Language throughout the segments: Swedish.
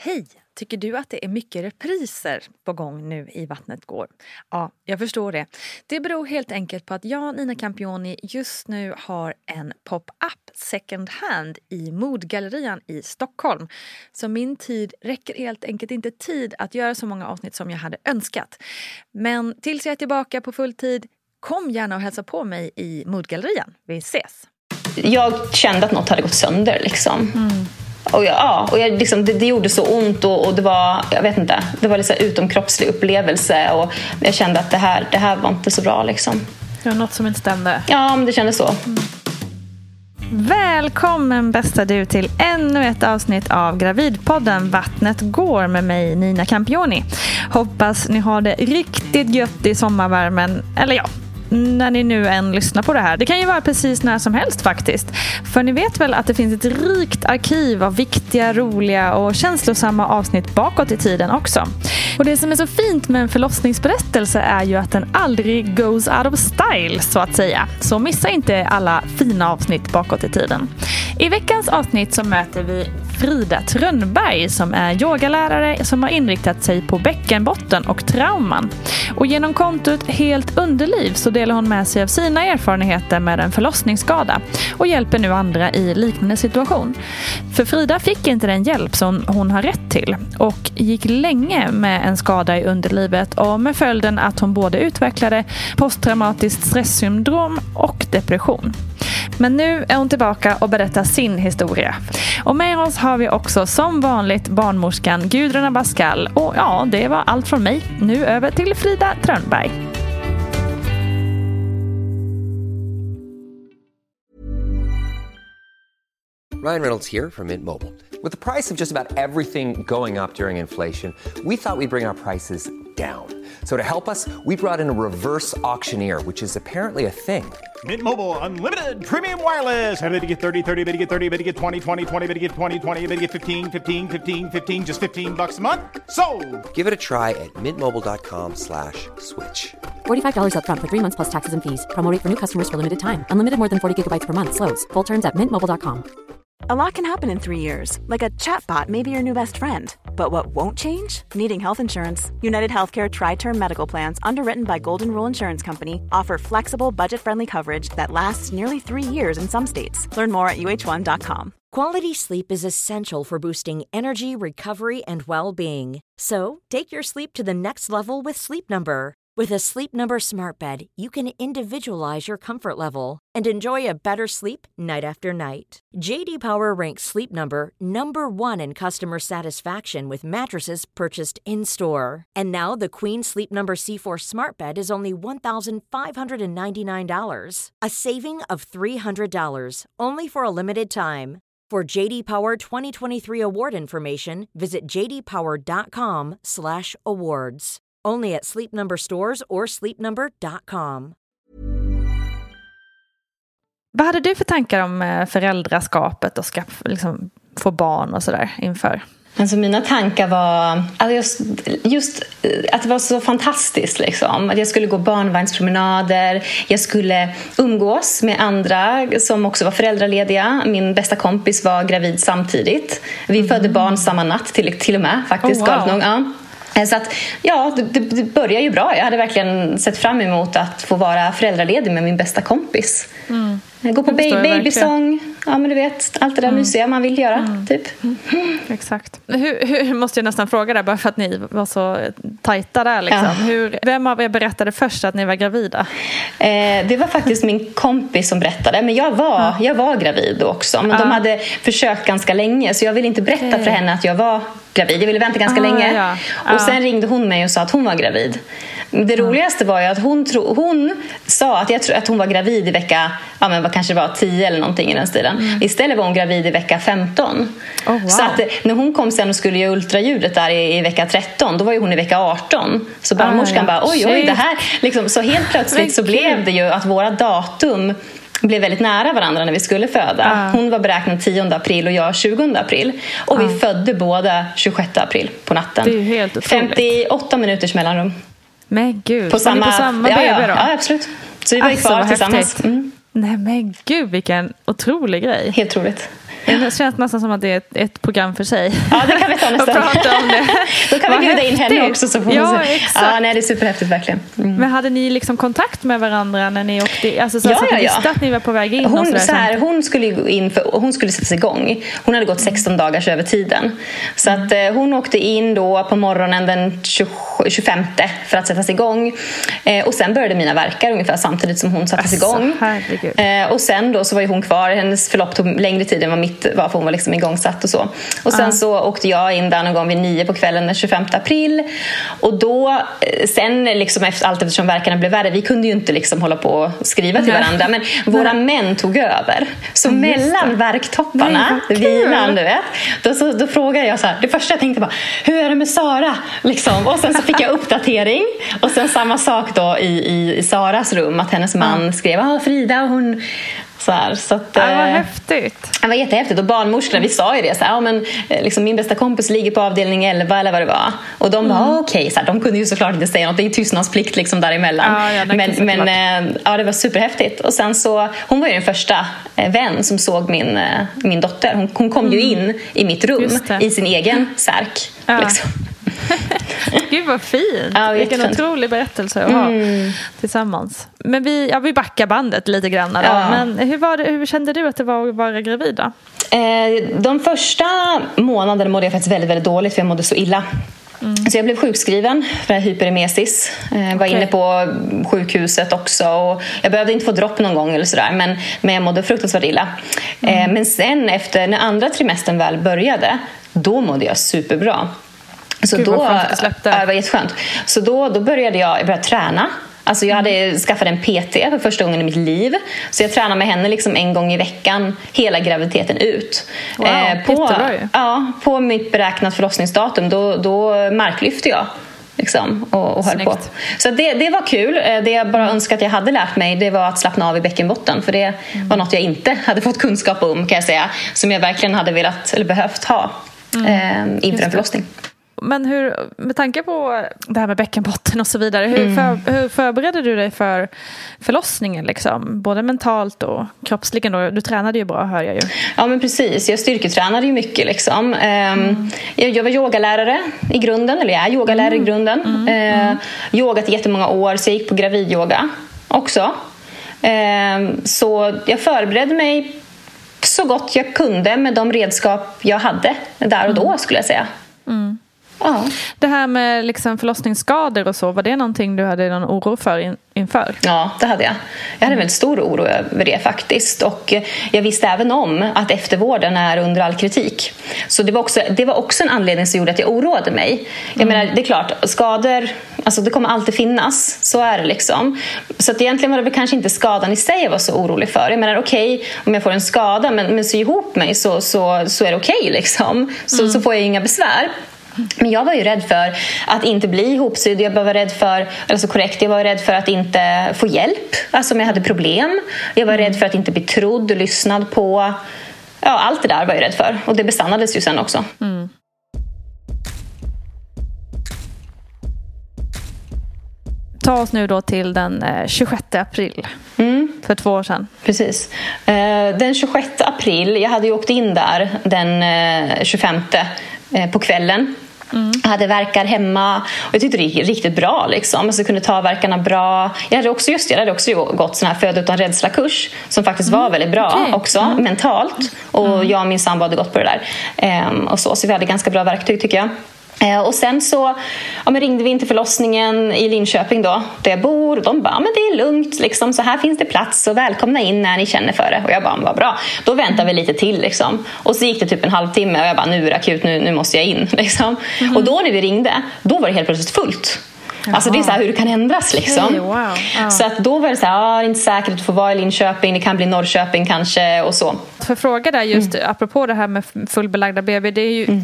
Hej! Tycker du att det är mycket repriser på gång nu i Vattnet går? Ja, jag förstår det. Det beror helt enkelt på att jag, Nina Campioni, just nu har en pop-up second hand i Modgallerian i Stockholm. Så min tid räcker helt enkelt inte tid att göra så många avsnitt som jag hade önskat. Men tills jag är tillbaka på full tid, kom gärna och hälsa på mig i Modgallerian. Vi ses! Jag kände att något hade gått sönder liksom. Och det gjorde så ont och det var, jag vet inte, det var liksom utomkroppslig upplevelse och jag kände att det här var inte så bra liksom. Det var något som inte stämde. Ja, men det kändes så. Välkommen bästa du till ännu ett avsnitt av Gravidpodden Vattnet går med mig Nina Campioni. Hoppas ni har det riktigt gött i sommarvärmen, eller ja, när ni nu än lyssnar på det här. Det kan ju vara precis när som helst faktiskt. För ni vet väl att det finns ett rikt arkiv av viktiga, roliga och känslosamma avsnitt bakåt i tiden också. Och det som är så fint med en förlossningsberättelse är ju att den aldrig goes out of style så att säga. Så missa inte alla fina avsnitt bakåt i tiden. I veckans avsnitt så möter vi Frida Trönnberg som är yogalärare som har inriktat sig på bäckenbotten och trauman. Och genom kontot Helt Underliv så delar hon med sig av sina erfarenheter med en förlossningsskada och hjälper nu andra i liknande situation. För Frida fick inte den hjälp som hon har rätt till och gick länge med en skada i underlivet och med följden att hon både utvecklade posttraumatiskt stresssyndrom och depression. Men nu är hon tillbaka och berättar sin historia. Och med oss har vi också som vanligt barnmorskan Gudrun Abascal. Och ja, det var allt från mig. Nu över till Frida Trönnberg. Ryan Reynolds here from Mint Mobile. With the price of just about everything going up during inflation, we thought we'd bring our prices down. So to help us, we brought in a reverse auctioneer, which is apparently a thing. Mint Mobile Unlimited Premium Wireless. How to get 30, 30, bit to get 30, bit to get 20, 20, 20, bit to get 20, 20, bit to get 15, 15, 15, 15, just $15 a month? Sold! Give it a try at mintmobile.com/switch. $45 up front for 3 months plus taxes and fees. Promo rate for new customers for limited time. Unlimited more than 40 gigabytes per month. Slows full terms at mintmobile.com. A lot can happen in 3 years, like a chatbot may be your new best friend. But what won't change? Needing health insurance. United Healthcare Tri-Term Medical Plans, underwritten by Golden Rule Insurance Company, offer flexible, budget-friendly coverage that lasts nearly 3 years in some states. Learn more at uh1.com. Quality sleep is essential for boosting energy, recovery, and well-being. So, take your sleep to the next level with Sleep Number. With a Sleep Number smart bed, you can individualize your comfort level and enjoy a better sleep night after night. JD Power ranks Sleep Number #1 in customer satisfaction with mattresses purchased in-store. And now the Queen Sleep Number C4 smart bed is only $1,599. A saving of $300, only for a limited time. For JD Power 2023 award information, visit jdpower.com/awards. Only at Sleep Number stores or sleepnumber.com. Vad hade du för tankar om föräldraskapet och liksom få barn och sådär inför? Alltså mina tankar var just att det var så fantastiskt liksom. Att jag skulle gå barnvagnspromenader, jag skulle umgås med andra som också var föräldralediga. Min bästa kompis var gravid samtidigt. Vi födde barn samma natt till och med faktiskt. Ja. Så att, ja, det börjar ju bra. Jag hade verkligen sett fram emot att få vara föräldraledig med min bästa kompis. Gå på babysång. Ja, men du vet, allt det där mysiga man vill göra, typ. Exakt. Hur måste jag nästan fråga där, bara för att ni var så tajta där liksom. Ja. Vem av er berättade först att ni var gravida? Det var faktiskt min kompis som berättade. Men jag var gravid också. Men de hade försökt ganska länge, så jag ville inte berätta för henne att jag var gravid. Jag ville vänta ganska länge. Och sen ringde hon mig och sa att hon var gravid. Det roligaste var ju att hon sa att hon var gravid i vecka, vad kanske det var 10 eller någonting i den stilen. Istället var hon gravid i vecka 15. Så att när hon kom sen och skulle göra ultraljudet där i vecka 13, då var ju hon i vecka 18. Så barnmorskan bara, oj, det här liksom, så helt plötsligt så blev det ju att våra datum blev väldigt nära varandra när vi skulle föda. Hon var beräknad 10 april och jag 20 april. Och vi födde båda 26 april på natten. Det är helt otroligt. 58 minuters mellanrum. Men gud, på samma baby då? Ja, absolut. Så vi var kvar tillsammans. Nej men gud, vilken otrolig grej. Helt otroligt. Det känns nästan som att det är ett program för sig. Ja, det kan vi ta nästa. prata om det. Då kan vi bjuda in henne också. Så får exakt. Ja, nej, det är superhäftigt verkligen. Men hade ni liksom kontakt med varandra när ni åkte? Alltså så att ni visste att ni var på väg in? Hon skulle gå in hon skulle sätta sig igång. Hon hade gått 16 dagars över tiden. Så att hon åkte in då på morgonen den 25 för att sätta sig igång. Och sen började mina verkar ungefär samtidigt som hon satte sig igång. Och sen då så var ju hon kvar. Hennes förlopp tog längre tid än vad mitt var, för hon var liksom igångsatt och så. Och sen så åkte jag in där någon gång vid 9 på kvällen den 25 april. Och då, sen liksom allt eftersom verkarna blev värre, vi kunde ju inte liksom hålla på och skriva till varandra. Men våra män tog över. Så mellan verktopparna, vilan, du vet. Då frågade jag så här, det första jag tänkte bara, hur är det med Sara? Liksom. Och sen så fick jag uppdatering. Och sen samma sak då i Saras rum, att hennes man skrev, Frida och hon... Så att, det var häftigt. Det var jättehäftigt. Och barnmorskorna, vi sa ju det så här, men liksom, min bästa kompis ligger på avdelning 11 eller vad det var. Och de var okej, så här, de kunde ju såklart inte säga något. Det är tystnadsplikt liksom däremellan. Men det var superhäftigt. Och sen så, hon var ju den första vän som såg min dotter. Hon kom ju in i mitt rum i sin egen särk. Liksom. Gud vad fint. Ja, vilken otrolig berättelse att ha tillsammans. Men vi backar bandet lite grann då. Men hur kände du att det var att vara gravid då? De första månaderna mådde jag faktiskt väldigt, väldigt dåligt, för jag mådde så illa. Så jag blev sjukskriven för hyperemesis. Var inne på sjukhuset också. Och jag behövde inte få dropp någon gång eller sådär, men jag mådde fruktansvärt illa. Men sen efter, när andra trimestern väl började, då mådde jag superbra. Så Gud, då, det var jätteskönt. Så då började jag träna. Alltså jag hade skaffat en PT för första gången i mitt liv. Så jag tränade med henne liksom en gång i veckan hela graviditeten ut. Wow, på mitt beräknat förlossningsdatum då marklyfte jag. Liksom, och höll på. Så det var kul. Det jag bara önskar att jag hade lärt mig, det var att slappna av i bäckenbotten. För det var något jag inte hade fått kunskap om, kan jag säga. Som jag verkligen hade velat eller behövt ha inför en förlossning. Men med tanke på det här med bäckenbotten och så vidare, hur förberedde du dig för förlossningen liksom? Både mentalt och kroppsligen då? Du tränade ju bra, hör jag ju. Ja, men precis. Jag styrketränade ju mycket liksom. Jag var yogalärare i grunden, eller jag är yogalärare i grunden. Yogat i jättemånga år, så jag gick på gravidyoga också. Så jag förberedde mig så gott jag kunde med de redskap jag hade där och då, skulle jag säga. Ja. Det här med liksom förlossningsskador och så, var det någonting du hade någon oro för inför? Ja, det hade jag. Jag hade väldigt stor oro över det faktiskt. Och jag visste även om att eftervården är under all kritik. Så det var också en anledning som gjorde att jag oroade mig. Jag menar, det är klart, skador, alltså det kommer alltid finnas. Så är det liksom. Så att egentligen var det väl kanske inte skadan i sig jag var så orolig för. Jag menar, okej, om jag får en skada men sy ihop mig så är det okej liksom. Så får jag inga besvär. Men jag var ju rädd för att inte bli ihopsydd. Jag var rädd för, alltså korrekt, jag var rädd för att inte få hjälp. Alltså om jag hade problem. Jag var rädd för att inte bli trodd och lyssnad på. Ja, allt det där var jag rädd för. Och det besannades ju sen också. Ta oss nu då till den 26 april. För 2 år sedan. Precis. Den 26 april, jag hade ju åkt in där den 25 på kvällen. Jag hade verkar hemma och jag tyckte det gick riktigt bra liksom. Alltså, jag kunde ta verkarna bra. Jag hade också gått sån här föda utan rädsla-kurs som faktiskt var väldigt bra också, mentalt. Och jag och min sambo hade gått på det där. Och så vi hade ganska bra verktyg, tycker jag. Och sen så ringde vi in till förlossningen i Linköping då, där jag bor, och de bara, men det är lugnt liksom, så här finns det plats och välkomna in när ni känner för det. Och jag bara, vad bra, då väntar vi lite till liksom. Och så gick det typ en halvtimme och jag bara, nu är det akut, nu måste jag in liksom. Och då när vi ringde, då var det helt plötsligt fullt. Alltså det är så här hur det kan ändras liksom. Okay, wow. Så att då var det så här, det är inte säkert att du får vara i Linköping, det kan bli Norrköping kanske och så. För fråga där just apropå det här med fullbelagda BB, det är ju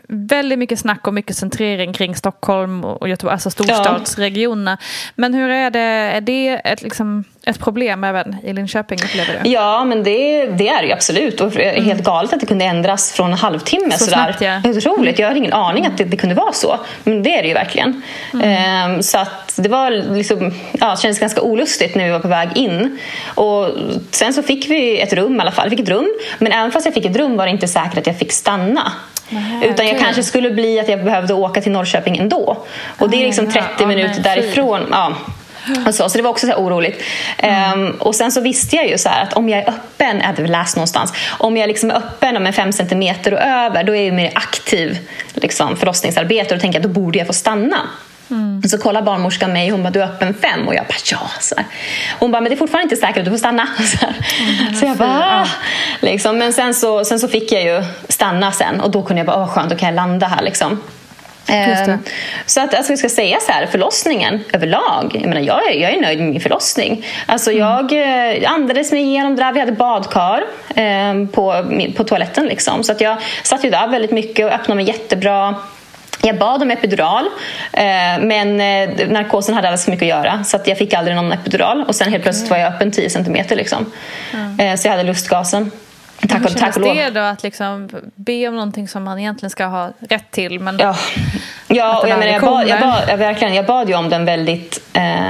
väldigt mycket snack och mycket centrering kring Stockholm och Göteborg, alltså storstadsregionerna. Men hur är det? Är det ett problem även i Linköping, upplever du? Ja, men det är det ju absolut. Och helt galet att det kunde ändras från en halvtimme. Så snabbt, ja. Det är otroligt. Jag hade ingen aning att det kunde vara så. Men det är det ju verkligen. Så att det var liksom, det kändes ganska olustigt när vi var på väg in. Och sen så fick vi ett rum i alla fall. Jag fick ett rum, men även fast jag fick ett rum var det inte säkert att jag fick stanna. Utan jag kanske skulle bli att jag behövde åka till Norrköping ändå. Och det är liksom 30 minuter därifrån. Ja. Så det var också så här oroligt. Och sen så visste jag ju så här att om jag är öppen, jag hade läst någonstans, om jag liksom är öppen om 5 centimeter och över, då är jag mer aktiv liksom, förlossningsarbete, och då tänker jag, då borde jag få stanna. Så kollar barnmorskan mig, hon bara, du är öppen 5, och jag bara, ja, så här. Hon bara, men det är fortfarande inte säkert att du får stanna. Så jag bara, liksom. Men sen så fick jag ju stanna sen, och då kunde jag bara, skönt, då kan jag landa här liksom. Så att jag ska säga så här, förlossningen överlag, jag menar, jag är nöjd med min förlossning. Alltså jag andades mig igenom där, vi hade badkar på toaletten liksom. Så att jag satt ju där väldigt mycket och öppnade mig jättebra. Jag bad om epidural, men narkosen hade alldeles för mycket att göra, så att jag fick aldrig någon epidural. Och sen helt plötsligt var jag öppen 10 centimeter liksom. Så jag hade lustgasen. Tack och lov. Det då att liksom be om någonting som man egentligen ska ha rätt till, men ja, och jag bad ju om den väldigt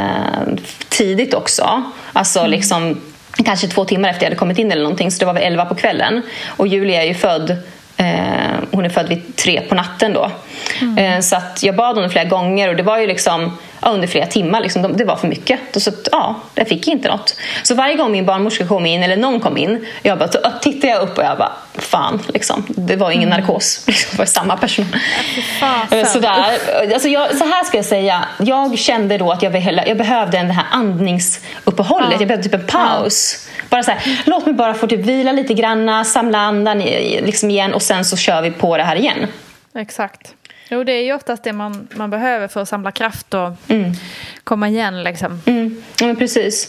tidigt också. Alltså liksom kanske 2 timmar efter jag hade kommit in eller någonting, så det var väl 11 på kvällen. Och Julia är ju född, hon är född vid 3 på natten då. Så att jag bad om det flera gånger, och det var ju liksom under flera timmar liksom, det var för mycket. Så jag fick inte något. Så varje gång min barnmorska kom in, eller någon kom in, jag bara, så tittade jag upp och jag bara, fan liksom, det var ingen narkos, det var samma person. Alltså så här ska jag säga, jag kände då att jag behövde det här andningsuppehållet, jag behövde typ en paus. Bara så här, låt mig bara få typ vila lite granna, samla andan liksom igen, och sen så kör vi på det här igen. Exakt. Jo, det är ju oftast det man behöver för att samla kraft och komma igen liksom. Ja, men precis.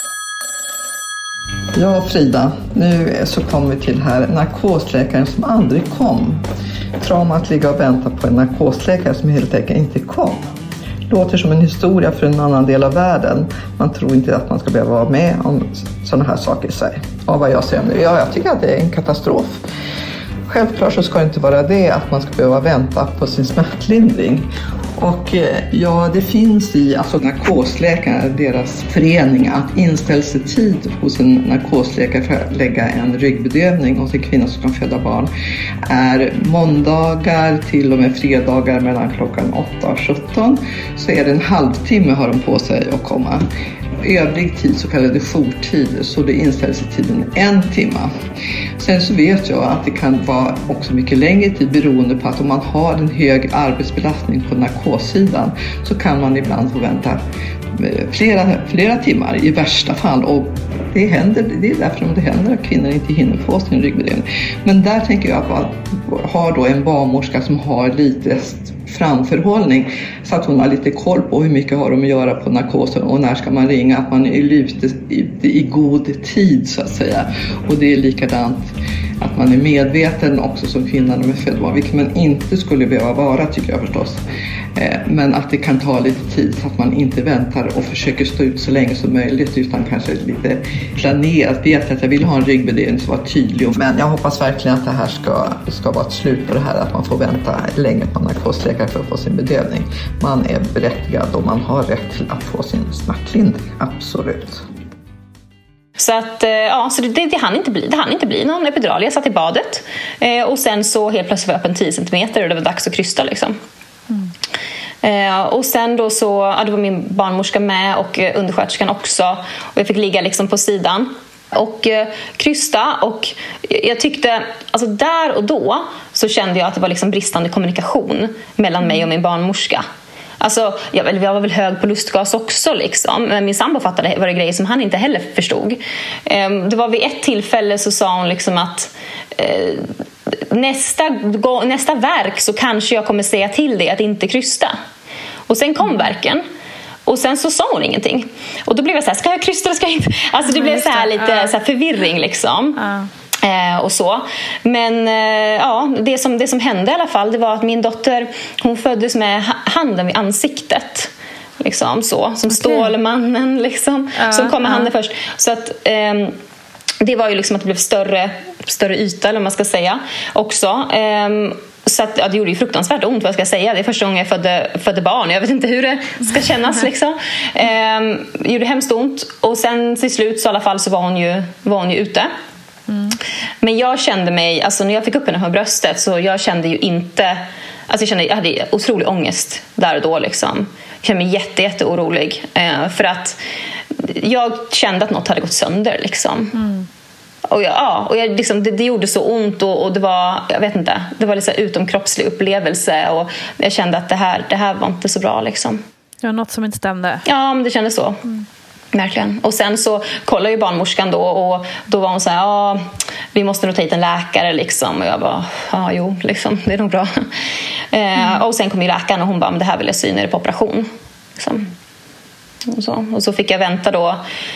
Ja, Frida, nu så kommer vi till här narkosläkaren som aldrig kom. Traumat ligga och vänta på en narkosläkare som helt enkelt inte kom. Låter som en historia för en annan del av världen. Man tror inte att man ska behöva vara med om sådana här saker i sig. Ja, vad jag säger nu. Jag tycker att det är en katastrof. Självklart så ska det inte vara det att man ska behöva vänta på sin smärtlindring. Och det finns i narkosläkare, deras förening, att inställelsetid hos en narkosläkare för att lägga en ryggbedövning hos en kvinna som kan föda barn är måndagar till och med fredagar mellan klockan 8 och 17. Så är det en halvtimme har de på sig att komma. Övrig tid, så kallade jourtid, så det inställelsetiden 1 timme. Sen så vet jag att det kan vara också mycket längre tid, beroende på att om man har en hög arbetsbelastning på narkossidan, så kan man ibland få vänta flera timmar i värsta fall. Och det är därför det händer att kvinnor inte hinner få sin ryggbedövning. Men där tänker jag att man har då en barnmorska som har lite framförhållning, så att hon har lite koll på hur mycket har de att göra på narkosen och när ska man ringa, att man är ute i god tid så att säga. Och det är likadant att man är medveten också som kvinna med födbarn, vilket man inte skulle behöva vara, tycker jag förstås. Men att det kan ta lite tid, så att man inte väntar och försöker stå ut så länge som möjligt, utan kanske lite planerat. Vet att jag vill ha en ryggbedövning som var tydlig. Men jag hoppas verkligen att det här ska vara ett slut på det här, att man får vänta länge på narkosläkare för att få sin bedövning. Man är berättigad och man har rätt till att få sin smärtlindring, absolut. Så att så det hann inte bli någon epidural. Jag satt i badet och sen så helt plötsligt var jag öppen 10 centimeter och det var dags att krysta liksom. Och sen då så det var min barnmorska med och undersköterskan också, och jag fick ligga liksom på sidan och krysta, och jag tyckte, alltså där och då så kände jag att det var liksom bristande kommunikation mellan mig och min barnmorska. Alltså, jag var väl hög på lustgas också liksom. Men min sambo fattade var det grejer som han inte heller förstod. Det var vid ett tillfälle så sa hon liksom att nästa verk så kanske jag kommer säga till dig att inte krysta. Och sen kom verken. Och sen så sa hon ingenting. Och då blev jag så här, ska jag krysta eller ska jag inte? Alltså det blev så här lite så här förvirring liksom. Och så. Men det som hände i alla fall, det var att min dotter, hon föddes med handen vid ansiktet. Liksom så, som Stålmannen liksom, som kom med handen först. Så att det var ju liksom att det blev större yta, eller vad man ska säga, också. Så att, det gjorde ju fruktansvärt ont, vad ska jag säga. Det är första gången jag födde barn. Jag vet inte hur det ska kännas liksom. Det gjorde hemskt ont. Och sen till slut så i alla fall så var hon ju ute. Men jag kände mig, alltså när jag fick upp henne på bröstet, så jag kände ju inte, alltså jag hade otrolig ångest där och då liksom. Jag kände mig jätteorolig för att jag kände att något hade gått sönder liksom. Och jag liksom, det gjorde så ont, och det var, jag vet inte, det var liksom utomkroppslig upplevelse, och jag kände att det här var inte så bra liksom. Det var något som inte stämde. Ja, men det kändes så. Verkligen. Och sen så kollade ju barnmorskan då, och då var hon så här, vi måste nog ta hit en läkare liksom. Och jag bara, jo liksom, det är nog bra. Och sen kom ju läkaren, och hon bara, men det här vill jag syna på operation liksom. Och så fick jag vänta då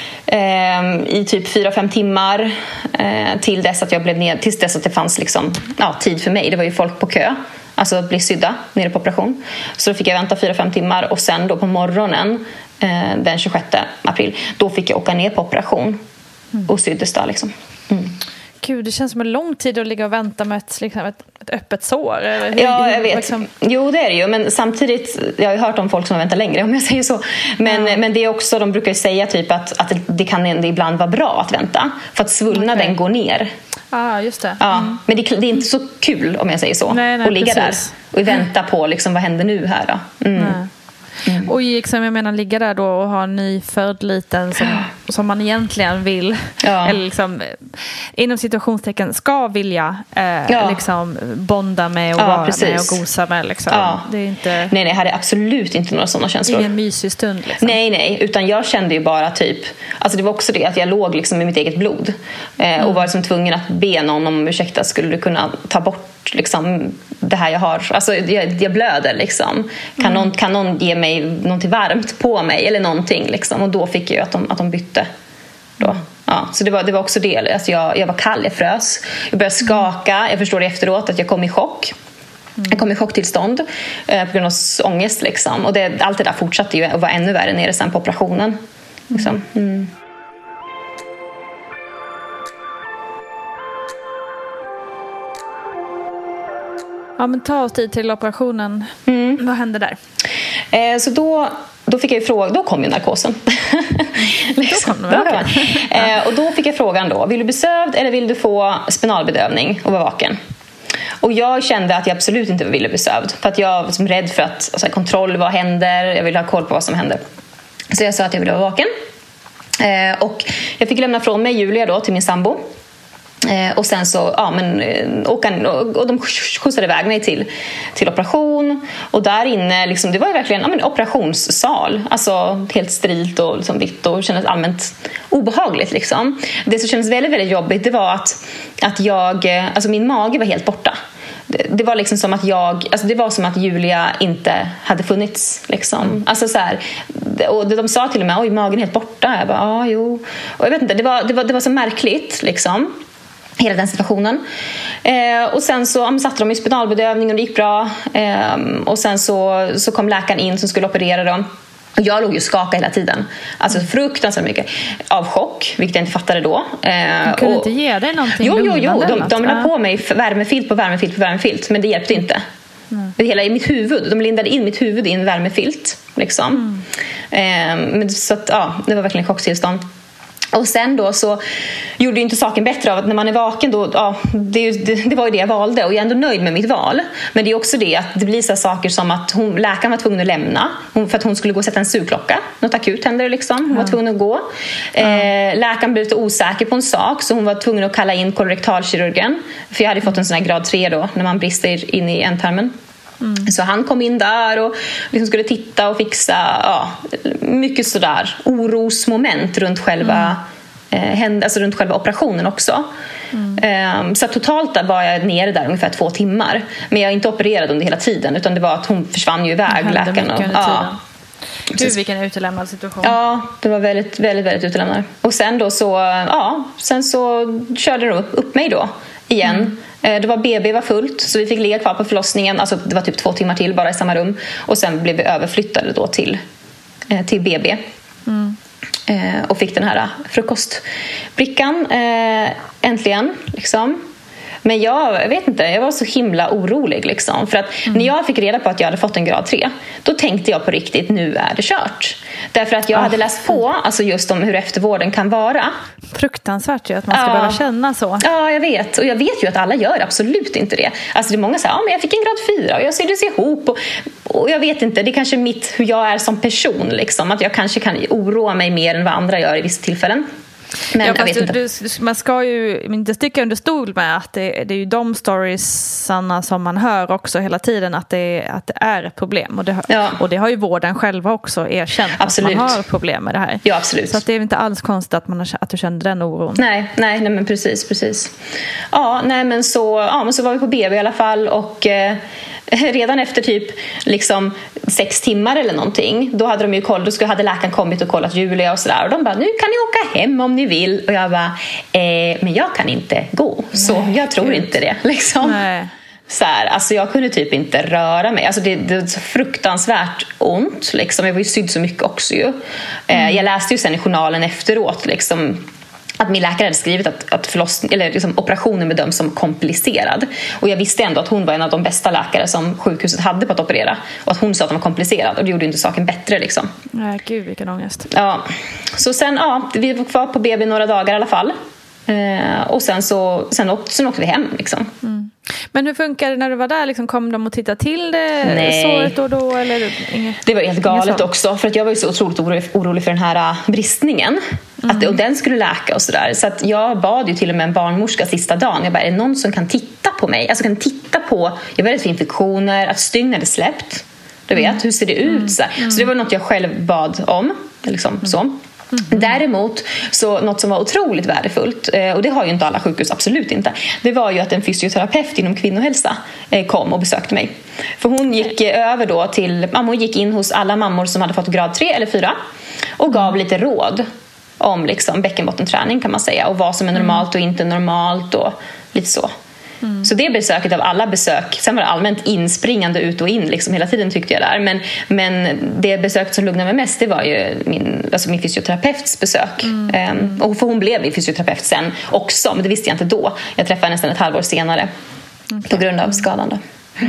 i typ 4-5 timmar till dess att jag blev ned, tills dess att det fanns liksom, tid för mig. Det var ju folk på kö, alltså att bli sydda nere på operation. Så då fick jag vänta 4-5 timmar, och sen då på morgonen den 26 april, då fick jag åka ner på operation och syddes där liksom. Gud, det känns som en lång tid att ligga och vänta med ett öppet sår. Ja, jag vet. Liksom... Jo, det är det ju. Men samtidigt, jag har ju hört om folk som väntar längre, om jag säger så. Men det är också, de brukar ju säga typ att det kan ibland vara bra att vänta. För att svullnaden går ner. Just det. Ja, men det är inte så kul, om jag säger så. Nej, att ligga precis där och vänta på liksom, vad händer nu här då? Och liksom, jag menar, ligga där då och ha en nyfödd liten som man egentligen vill, eller liksom, inom situationstecken ska vilja liksom bonda med och vara med och gosa med liksom. Det är inte... Nej, jag hade absolut inte några sådana känslor. Ingen mysig stund liksom. Nej, utan jag kände ju bara typ, alltså det var också det att jag låg liksom i mitt eget blod och var liksom tvungen att be någon om ursäkta, skulle du kunna ta bort liksom det här jag har, alltså jag blöder liksom, kan någon ge mig någonting varmt på mig eller någonting liksom, och då fick jag att de bytte då. Så det var också det, alltså jag var kall, jag frös, jag började skaka, jag förstår det efteråt att jag kom i chock. Jag kom i chocktillstånd på grund av ångest liksom, och allt det där fortsatte ju att vara ännu värre nere sen på operationen liksom. Ja, men ta oss tid till operationen. Vad hände där? Så då fick jag ju fråga, då kom ju narkosen. Liksom. Då kom det, och då fick jag frågan då, vill du bli sövd eller vill du få spinalbedövning och vara vaken? Och jag kände att jag absolut inte ville bli sövd, för att jag var som rädd för att, alltså, kontroll, vad händer? Jag ville ha koll på vad som händer. Så jag sa att jag ville vara vaken. Och jag fick lämna från mig Julia då till min sambo. Och sen så och de skjutsade iväg mig till operation, och där inne liksom, det var ju verkligen en operationssal, alltså helt sterilt och liksom vitt, och kändes allmänt obehagligt liksom. Det som kändes väldigt, väldigt jobbigt, det var att jag, alltså min mage var helt borta. Det var liksom som att det var som att Julia inte hade funnits liksom. Alltså så här, och de sa till och med, oj, magen är helt borta. Jag bara, jo. Och jag vet inte, det var så märkligt liksom, hela den situationen. Och sen så satte de i spinalbedövning och det gick bra. Och sen så kom läkaren in som skulle operera dem. Och jag låg ju och skakade hela tiden. Alltså fruktansvärt mycket av chock, vilket jag inte fattade då. De kunde inte ge dig någonting? Jo. De la på mig värmefilt på värmefilt. Men det hjälpte inte. Hela i mitt huvud. De lindade in mitt huvud i en värmefilt. Liksom. Men så att, det var verkligen chocktillstånd. Och sen då så gjorde ju inte saken bättre av att när man är vaken då, det var ju det jag valde, och jag är ändå nöjd med mitt val. Men det är också det att det blir så saker som att läkaren var tvungen att lämna för att hon skulle gå och sätta en sugklocka. Något akut hände det liksom, hon var tvungen att gå. Läkaren blev lite osäker på en sak, så hon var tvungen att kalla in kolorektalkirurgen. För jag hade fått en sån här grad 3 då, när man brister in i ändtarmen. Så han kom in där och liksom skulle titta och fixa mycket sådär orosmoment runt själva alltså runt själva operationen också. Så totalt där var jag nere där ungefär 2 timmar. Men jag är inte opererad under hela tiden, utan det var att hon försvann ju iväg, läkaren. Vilken utelämnad situation. Ja, det var väldigt, väldigt, väldigt utelämnad. Och sen då sen så körde de upp mig då igen. Det var BB var fullt, så vi fick ligga kvar på förlossningen. Alltså det var typ 2 timmar till bara i samma rum. Och sen blev vi överflyttade då till BB. Och fick den här frukostbrickan äntligen liksom. Men jag vet inte, jag var så himla orolig liksom. För att när jag fick reda på att jag hade fått en grad 3, då tänkte jag på riktigt, nu är det kört. Därför att jag hade läst på alltså just om hur eftervården kan vara. Fruktansvärt ju att man ska behöva känna så. Ja, jag vet. Och jag vet ju att alla gör absolut inte det. Alltså det är många som säger, men jag fick en grad 4 och jag syddes ihop. Och jag vet inte, det är kanske hur jag är som person liksom. Att jag kanske kan oroa mig mer än vad andra gör i vissa tillfällen. Men jag vet inte. Man ska ju inte sticka under stol med att det är ju de storiesarna som man hör också hela tiden att det är ett problem. Och det har ju vården själva också erkänt. Absolut. Att man har problem med det här. Ja, absolut. Så att det är inte alls konstigt att du kände den oron. Nej, men precis. Ja, men så var vi på BB i alla fall och redan efter typ liksom 6 timmar eller någonting, då hade de ju koll, då hade läkaren kommit och kollat Julia och sådär, och de bara, nu kan ni åka hem om ni vill, och jag bara, men jag kan inte gå, så jag tror inte det liksom. Nej. Så här, alltså jag kunde typ inte röra mig, alltså det var så fruktansvärt ont liksom. Jag var ju sydd så mycket också ju. Jag läste ju sen i journalen efteråt liksom att min läkare hade skrivit att liksom operationen bedöms som komplicerad. Och jag visste ändå att hon var en av de bästa läkare som sjukhuset hade på att operera. Och att hon sa att den var komplicerad. Och det gjorde inte saken bättre liksom. Nej, gud vilken ångest. Ja, så sen vi var kvar på BB några dagar i alla fall. Och sen åkte vi hem liksom. Men hur funkar det när du var där? Liksom, kom de och tittade till det såret då? Eller det var helt galet också. För att jag var ju så otroligt orolig för den här bristningen. Och den skulle läka och sådär. Så att jag bad ju till och med en barnmorska sista dagen. Jag bara, är det någon som kan titta på mig? Alltså kan titta på, jag var rädd för infektioner, att stygn hade släppt. Du vet, hur ser det ut? Så det var något jag själv bad om. Liksom, så. Däremot så något som var otroligt värdefullt, och det har ju inte alla sjukhus, absolut inte, det var ju att en fysioterapeut inom kvinnohälsa kom och besökte mig. För hon gick över då hon gick in hos alla mammor som hade fått grad 3 eller 4 och gav lite råd om liksom bäckenbottenträning kan man säga, och vad som är normalt och inte normalt och lite så. Så det besöket av alla besök, sen var det allmänt inspringande ut och in liksom hela tiden tyckte jag där, men det besöket som lugnade mig mest, det var ju min fysioterapeuts besök. Och för hon blev fysioterapeut sen också, men det visste jag inte då. Jag träffade nästan ett halvår senare på grund av skadan då.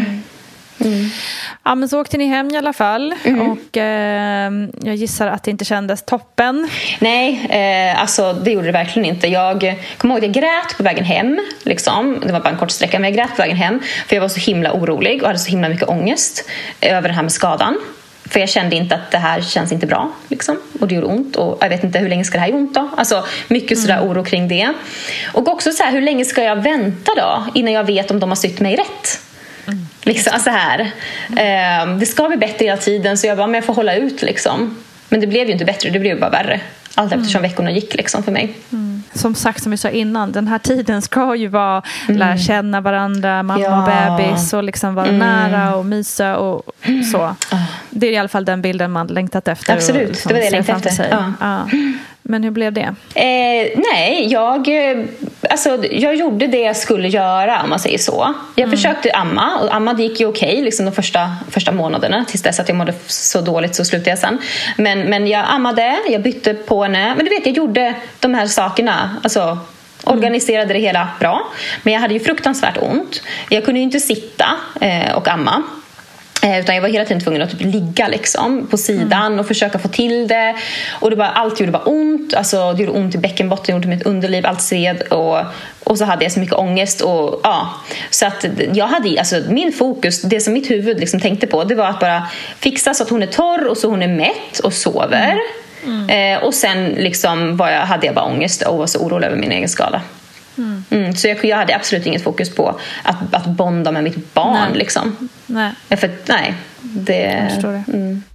Ja, men så åkte ni hem i alla fall. Och jag gissar att det inte kändes toppen. Nej, alltså det gjorde det verkligen inte. Jag kommer ihåg att jag grät på vägen hem liksom. Det var bara en kort sträcka, men jag grät på vägen hem. För jag var så himla orolig och hade så himla mycket ångest över det här med skadan. För jag kände inte att det här känns inte bra liksom. Och det gjorde ont. Och jag vet inte, hur länge ska det här göra ont då? Alltså mycket sådär oro kring det. Och också så här, hur länge ska jag vänta då? Innan jag vet om de har sytt mig rätt. Liksom, alltså här. Det ska bli bättre hela tiden, så jag bara, men jag får hålla ut liksom. Men det blev ju inte bättre, det blev bara värre. Allt eftersom veckorna gick liksom för mig. Som sagt, som vi sa innan, den här tiden ska ju vara lära känna varandra, mamma och bebis, och liksom vara nära och mysa och så. Det är i alla fall den bilden man längtat efter. Absolut, och, det var det jag längtade efter. Ja. Men hur blev det? Nej, jag gjorde det jag skulle göra, om man säger så. Jag försökte amma, och amma gick ju okej liksom de första månaderna, tills dess att jag mådde så dåligt, så slutade jag sen. Men jag ammade, jag bytte på henne. Men du vet, jag gjorde de här sakerna, alltså organiserade det hela bra. Men jag hade ju fruktansvärt ont. Jag kunde ju inte sitta och amma. Utan jag var hela tiden tvungen att typ ligga liksom på sidan och försöka få till det. Och allt gjorde bara ont. Alltså, det gjorde ont i bäckenbotten, det gjorde mitt underliv, allt sved. Och så hade jag så mycket ångest. Och, ja. Så att jag hade, alltså, min fokus, det som mitt huvud liksom tänkte på, det var att bara fixa så att hon är torr och så hon är mätt och sover. Och sen liksom hade jag bara ångest och var så orolig över min egen skala. Så jag hade absolut inget fokus på att bonda med mitt barn. Nej. Liksom. Nej. För nej, det... Jag förstår det.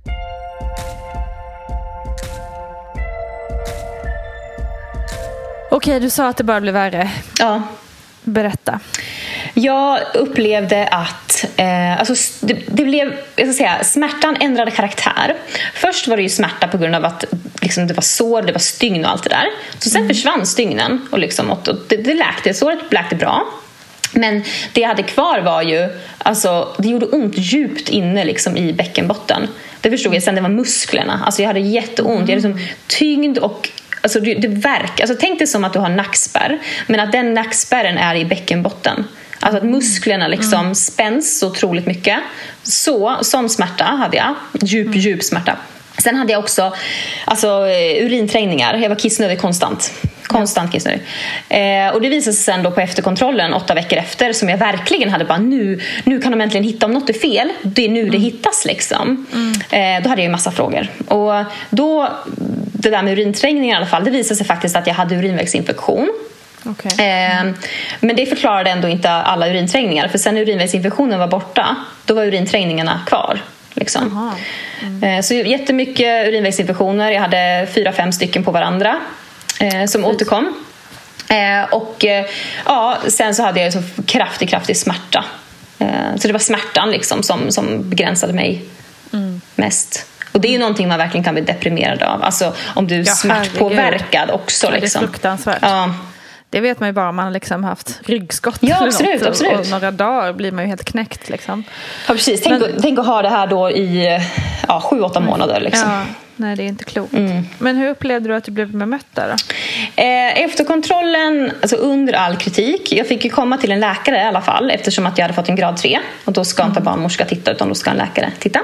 Okej, du sa att det bara blev värre. Ja. Berätta. Jag upplevde att faktiskt, alltså det blev, jag ska säga, smärtan ändrade karaktär. Först var det ju smärta på grund av att liksom, det var sår, det var stygn och allt det där. Så sen försvann stygnen och, liksom, och det läkte, såret läkte bra. Men det jag hade kvar var ju, alltså, det gjorde ont djupt inne liksom, i bäckenbotten. Det förstod jag sen, det var musklerna. Alltså jag hade jätteont, jag hade liksom tyngd och alltså det verkar. Alltså tänk dig som att du har nackspärr, men att den nackspärren är i bäckenbotten. Alltså att musklerna liksom spänns så otroligt mycket. Sån smärta hade jag, djup smärta. Sen hade jag också urinträngningar. Jag var kissnödig konstant kissnödig. Och det visade sig sen då på efterkontrollen 8 veckor efter, som jag verkligen hade bara, nu kan de äntligen hitta om något är fel. Det är nu det hittas liksom. Då hade jag ju massa frågor. Och då, det där med urinträngningar i alla fall, det visade sig faktiskt att jag hade urinvägsinfektion. Okay. Men det förklarade ändå inte alla urinträngningar. För sen urinvägsinfektionen var borta, då var urinträngningarna kvar liksom. Så jättemycket urinvägsinfektioner. Jag hade 4-5 stycken på varandra som återkom. Och sen så hade jag så kraftig smärta. Så det var smärtan liksom som begränsade mig mest. Och det är ju någonting man verkligen kan bli deprimerad av. Alltså om du är smärtpåverkad också liksom. Det är fruktansvärt. Ja. Det vet man ju bara om man liksom haft ryggskott. Ja, absolut. Och några dagar blir man ju helt knäckt liksom. Ja, precis. Tänk att ha det här då i 7-8 månader liksom. Ja, nej, det är inte klokt. Men hur upplevde du att du blev bemött där då? Efter kontrollen, alltså under all kritik. Jag fick ju komma till en läkare i alla fall, eftersom att jag hade fått en grad 3. Och då ska inte barnmorska titta, utan då ska en läkare titta.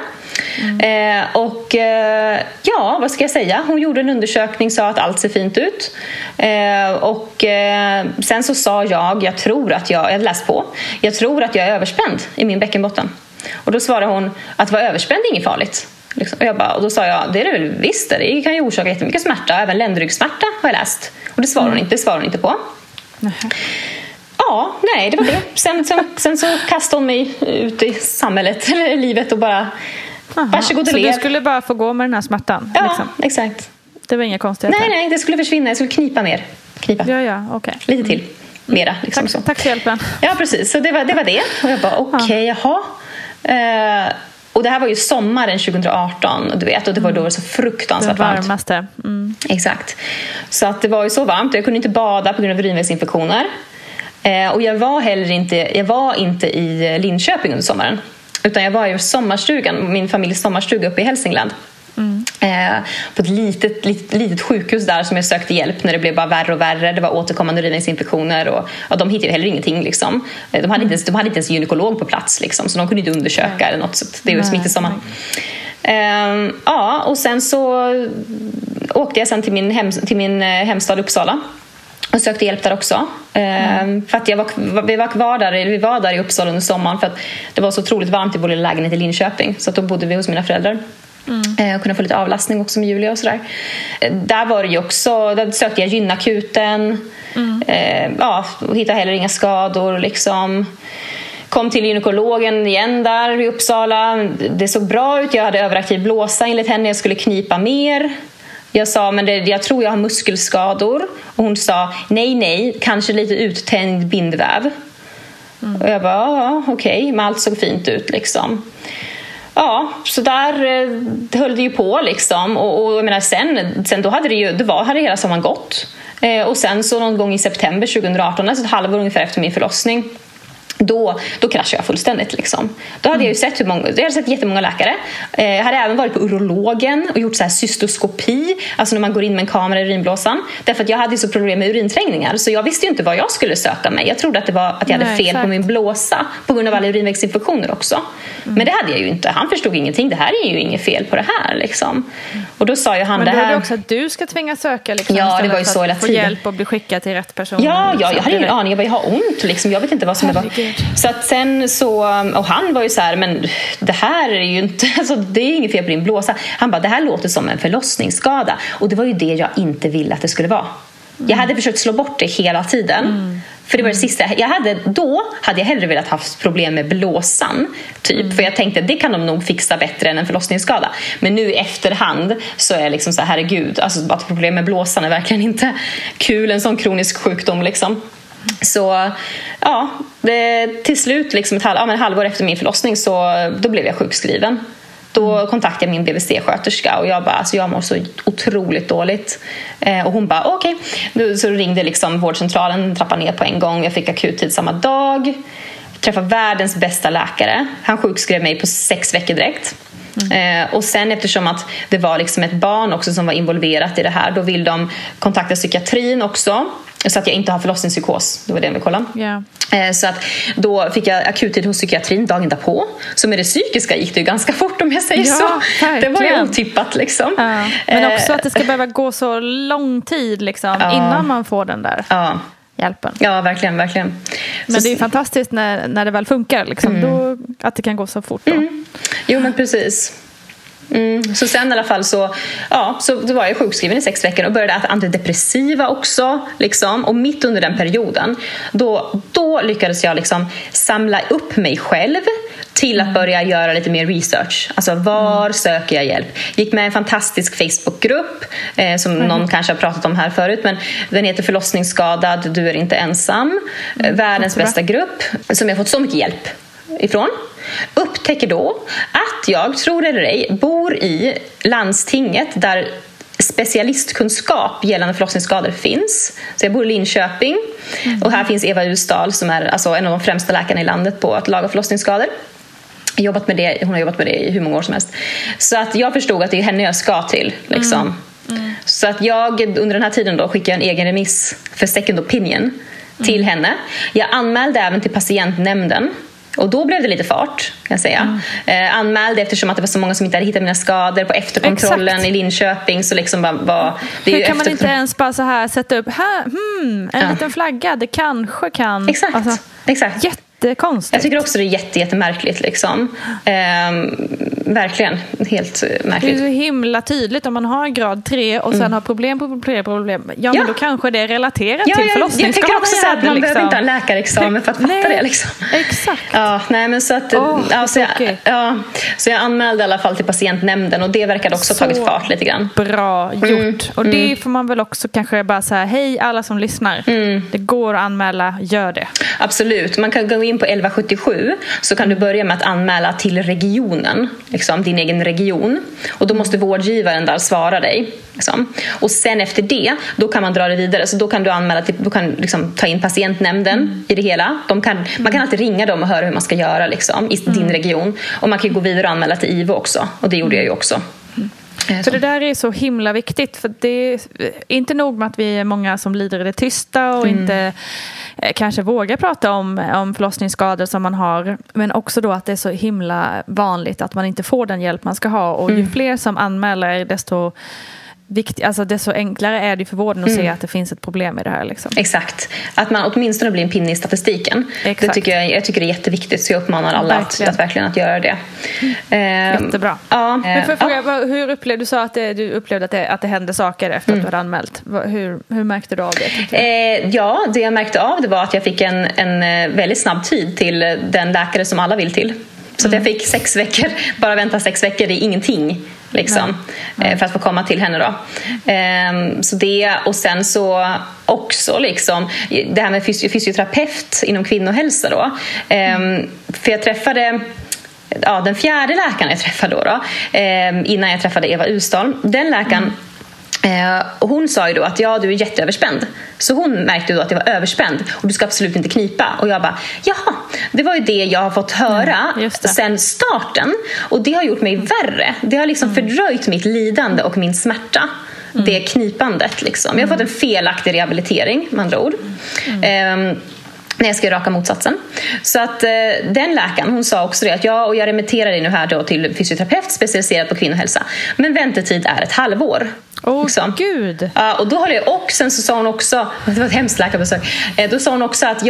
Vad ska jag säga? Hon gjorde en undersökning, sa att allt ser fint ut. Sen så sa jag tror att jag hade läst på. Jag tror att jag är överspänd i min bäckenbotten. Och då svarade hon att vara överspänd är inget farligt. Liksom. Och då sa jag, det är det väl visst, det kan ju orsaka jättemycket smärta, även ländryggsmärta har jag läst. Och det svarade hon inte på. Ja, nej, det var det. Sen så kastade hon mig ut i samhället eller livet och bara varsågod och lev. Så du skulle bara få gå med den här smärtan? Ja, liksom. Exakt. Det var inga konstigheter? Nej, det skulle försvinna. Jag skulle knipa mer. Ja, okej. Lite till. Mera, liksom. Tack för hjälpen. Ja, precis. Så det var det. Och jag bara, jaha. Och det här var ju sommaren 2018, du vet, och det var då så fruktansvärt varmt. Det varmaste. Exakt. Så att det var ju så varmt. Jag kunde inte bada på grund av urinvägsinfektioner. Och jag var inte i Linköping under sommaren. Utan jag var i sommarstugan, min familjs sommarstuga uppe i Hälsingland. På ett litet sjukhus där som jag sökte hjälp när det blev bara värre och värre. Det var återkommande urinvägsinfektioner och de hittade heller ingenting liksom. De hade inte ens gynekolog på plats liksom, så de kunde inte undersöka eller något, så det är ju smittosamma. Och sen så åkte jag sen till min hemstad Uppsala och sökte hjälp där också. För att vi var där i Uppsala under sommaren för att det var så otroligt varmt i vår lägenhet i Linköping, så att då bodde vi hos mina föräldrar. Och kunna få lite avlastning också med Julia och sådär. Där var det ju också, där sökte jag gynakuten. Och hittade heller inga skador liksom. Kom till gynekologen igen där i Uppsala. Det såg bra ut, jag hade överaktiv blåsa enligt henne, jag skulle knipa mer. Jag sa, men jag tror jag har muskelskador. Och hon sa, nej, kanske lite uttänjd bindväv. Och jag bara, okej, men allt såg fint ut liksom. Ja, så där höll det ju på liksom. Och jag menar, sen då hade hade hela sommaren gått. Och sen så någon gång i september 2018, alltså ett halvår ungefär efter min förlossning, då kraschade jag fullständigt liksom. Då hade jag ju sett jättemånga läkare. Jag hade även varit på urologen och gjort så här cystoskopi, alltså när man går in med en kamera i urinblåsan, därför att jag hade ju så problem med urinträngningar, så jag visste ju inte vad jag skulle söka mig. Jag trodde att det var att jag hade fel på min blåsa på grund av alla urinvägsinfektioner också. Men det hade jag ju inte. Han förstod ingenting. Det här är ju inget fel på det här liksom. Och då sa ju han, men det här... Men då är det också att du ska tvinga söka liksom, ja, det var ju så hela tiden. Få hjälp och bli skickad till rätt person. Ja, jag hade ingen aning. Jag har ont liksom. Jag vet inte vad som det var. Så att sen så, och han var ju så här, men det här är ju inte, alltså det är inget fel på din blåsa. Han bara, det här låter som en förlossningsskada. Och det var ju det jag inte ville att det skulle vara. Jag hade försökt slå bort det hela tiden. För det var det sista. Då hade jag hellre velat haft problem med blåsan typ. För jag tänkte, det kan de nog fixa bättre än en förlossningsskada. Men nu i efterhand så är jag liksom så här, herregud, alltså att problem med blåsan är verkligen inte kul. En sån kronisk sjukdom liksom. Så ja, till slut liksom ett halvår efter min förlossning då blev jag sjukskriven. Då kontaktade jag min BVC-sköterska och jag bara, alltså jag mår så otroligt dåligt. Och hon bara, okej. Så ringde liksom vårdcentralen, trappade ner på en gång. Jag fick akuttid samma dag. Träffade världens bästa läkare. Han sjukskrev mig på 6 veckor direkt. Och sen eftersom att det var liksom ett barn också som var involverat i det här, då vill de kontakta psykiatrin också, så att jag inte har förlossningspsykos. Det var det jag ville kolla. Yeah. Så att då fick jag akuttid hos psykiatrin dagen därpå. Så med det psykiska gick det ju ganska fort, om jag säger så. Verkligen. Det var ju otippat liksom. Ja. Men också att det ska behöva gå så lång tid liksom, innan man får den där hjälpen. Ja, verkligen. Men det är ju fantastiskt när det väl funkar liksom, då, att det kan gå så fort då. Jo, men precis. Så sen i alla fall så då var jag sjukskriven i 6 veckor och började äta antidepressiva också liksom. Och mitt under den perioden då lyckades jag liksom samla upp mig själv till att börja göra lite mer research. Alltså var söker jag hjälp? Gick med en fantastisk Facebookgrupp som någon kanske har pratat om här förut, men den heter Förlossningsskadad, du är inte ensam. Världens bästa grupp som jag fått så mycket hjälp ifrån. Upptäcker då att jag, tror eller ej, bor i landstinget där specialistkunskap gällande förlossningsskador finns. Så jag bor i Linköping och här finns Eva Usdahl som är alltså en av de främsta läkarna i landet på att laga förlossningsskador. Hon har jobbat med det i hur många år som helst. Så att jag förstod att det är henne jag ska till liksom. Så att jag under den här tiden då skickade en egen remiss för second opinion till henne. Jag anmälde även till patientnämnden. Och då blev det lite fart, kan jag säga. Anmälde eftersom att det var så många som inte hade hittat mina skador på efterkontrollen i Linköping. Så liksom det är hur kan man inte ens bara så här sätta upp en liten flagga? Det kanske kan... Exakt. Jättekonstigt. Jag tycker också det är jättemärkligt liksom. Verkligen, helt märkligt. Det är så himla tydligt om man har grad 3 och sen har problem på problem. Ja, men då kanske det är relaterat till förlossningsskador. Jag tycker också att man behöver inte ha en läkarexamen för att fatta det liksom. Exakt. Ja, nej, men så att så jag anmälde i alla fall till patientnämnden och det verkade också tagit fart lite grann. Bra gjort. Och det får man väl också kanske bara säga, hej alla som lyssnar. Det går att anmäla, gör det. Absolut. Man kan gå in på 1177 så kan du börja med att anmäla till regionen, liksom, din egen region. Och då måste vårdgivaren där svara dig. Liksom. Och sen efter det, då kan man dra det vidare. Så då kan du anmäla till, då kan liksom ta in patientnämnden i det hela. Man kan alltid ringa dem och höra hur man ska göra liksom, i din region. Och man kan gå vidare och anmäla till IVO också. Och det gjorde jag ju också. För det där är så himla viktigt. För det är inte nog med att vi är många som lider i det tysta och inte kanske vågar prata om förlossningsskador som man har. Men också då att det är så himla vanligt att man inte får den hjälp man ska ha. Och ju fler som anmäler, desto desto enklare är det för vården att se att det finns ett problem i det här. Liksom. Exakt. Att man åtminstone blir en pinne i statistiken. Det tycker jag tycker det är jätteviktigt, så jag uppmanar alla att verkligen att göra det. Jättebra. Men för att fråga, hur upplevde du? Sa att du upplevde att det hände saker efter att du hade anmält. Hur märkte du av det? Det jag märkte av det var att jag fick en väldigt snabb tid till den läkare som alla vill till. Så att jag fick 6 veckor, bara vänta 6 veckor, det är ingenting liksom, för att få komma till henne då. Så det, och sen så också liksom, det här med fysioterapeut inom kvinnohälsa då. För jag träffade den 4:e läkaren jag träffade då, innan jag träffade Eva Usdahl. Den läkaren och hon sa ju då att du är jätteöverspänd. Så hon märkte då att jag var överspänd och du ska absolut inte knipa. Och jag bara, jaha, det var ju det jag har fått höra sen starten. Och det har gjort mig värre. Det har liksom fördröjt mitt lidande och min smärta. Det knipandet liksom. Jag har fått en felaktig rehabilitering med andra ord. När jag ska raka motsatsen. Så att den läkaren, hon sa också det att jag remitterar dig nu här då till fysioterapeut specialiserad på kvinnohälsa. Men väntetid är ett halvår. Gud. Och då håller jag, och sen så sa hon också, det var ett hemskt läkarbesök, då sa hon också att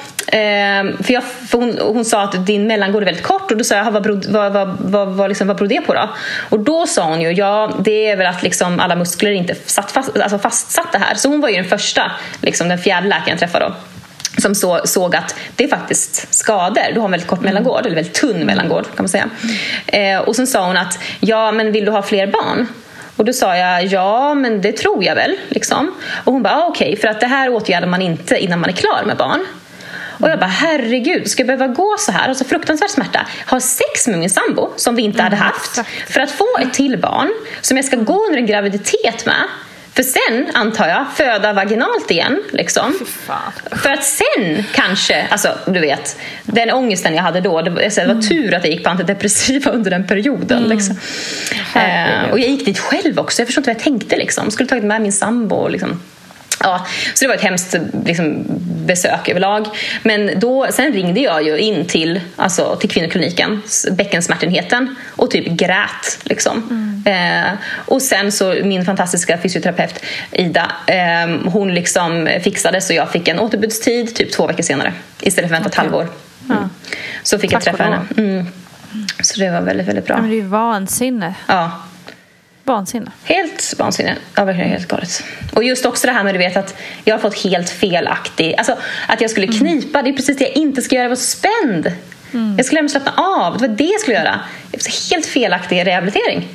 hon sa att din mellangård är väldigt kort, och då sa jag, vad beror det på då? Och då sa hon ju, det är väl att liksom alla muskler inte fastsatta här. Så hon var ju den första, liksom den 4:e läkaren jag träffade då, som såg att det är faktiskt skador. Du har en väldigt kort mellangård, eller väldigt tunn mellangård kan man säga. Och sen sa hon att men vill du ha fler barn? Och då sa jag, ja men det tror jag väl liksom. Och hon bara, okej, för att det här åtgärdar man inte innan man är klar med barn. Och jag bara, herregud, ska jag behöva gå så här? Alltså fruktansvärd smärta. Ha sex med min sambo som vi inte hade haft. För att få ett till barn som jag ska gå under en graviditet med. För sen, antar jag, föda vaginalt igen. Liksom. För att sen kanske, alltså du vet, den ångesten jag hade då, det var tur att jag gick på antidepressiva under den perioden. Liksom. Och jag gick dit själv också, jag förstår inte vad jag tänkte. Liksom. Skulle tagit med min sambo liksom. Ja, så det var ett hemskt liksom, besök överlag. Men då, sen ringde jag ju in till kvinnokliniken, bäckensmärtenheten, och typ grät liksom. Och sen så min fantastiska fysioterapeut Ida, hon liksom fixade så jag fick en återbudstid typ 2 veckor senare istället för vänta ett halvår. Så fick jag träffa henne. Så det var väldigt, väldigt bra. Men det är ju vansinne. Ja. Vansinne. Helt vansinne. Ja, verkligen helt galet. Och just också det här med du vet att jag har fått helt felaktig, alltså att jag skulle knipa, det är precis det jag inte ska göra, jag var spänd. Jag skulle lämna slappna av, det var det jag skulle göra. Helt felaktig rehabilitering.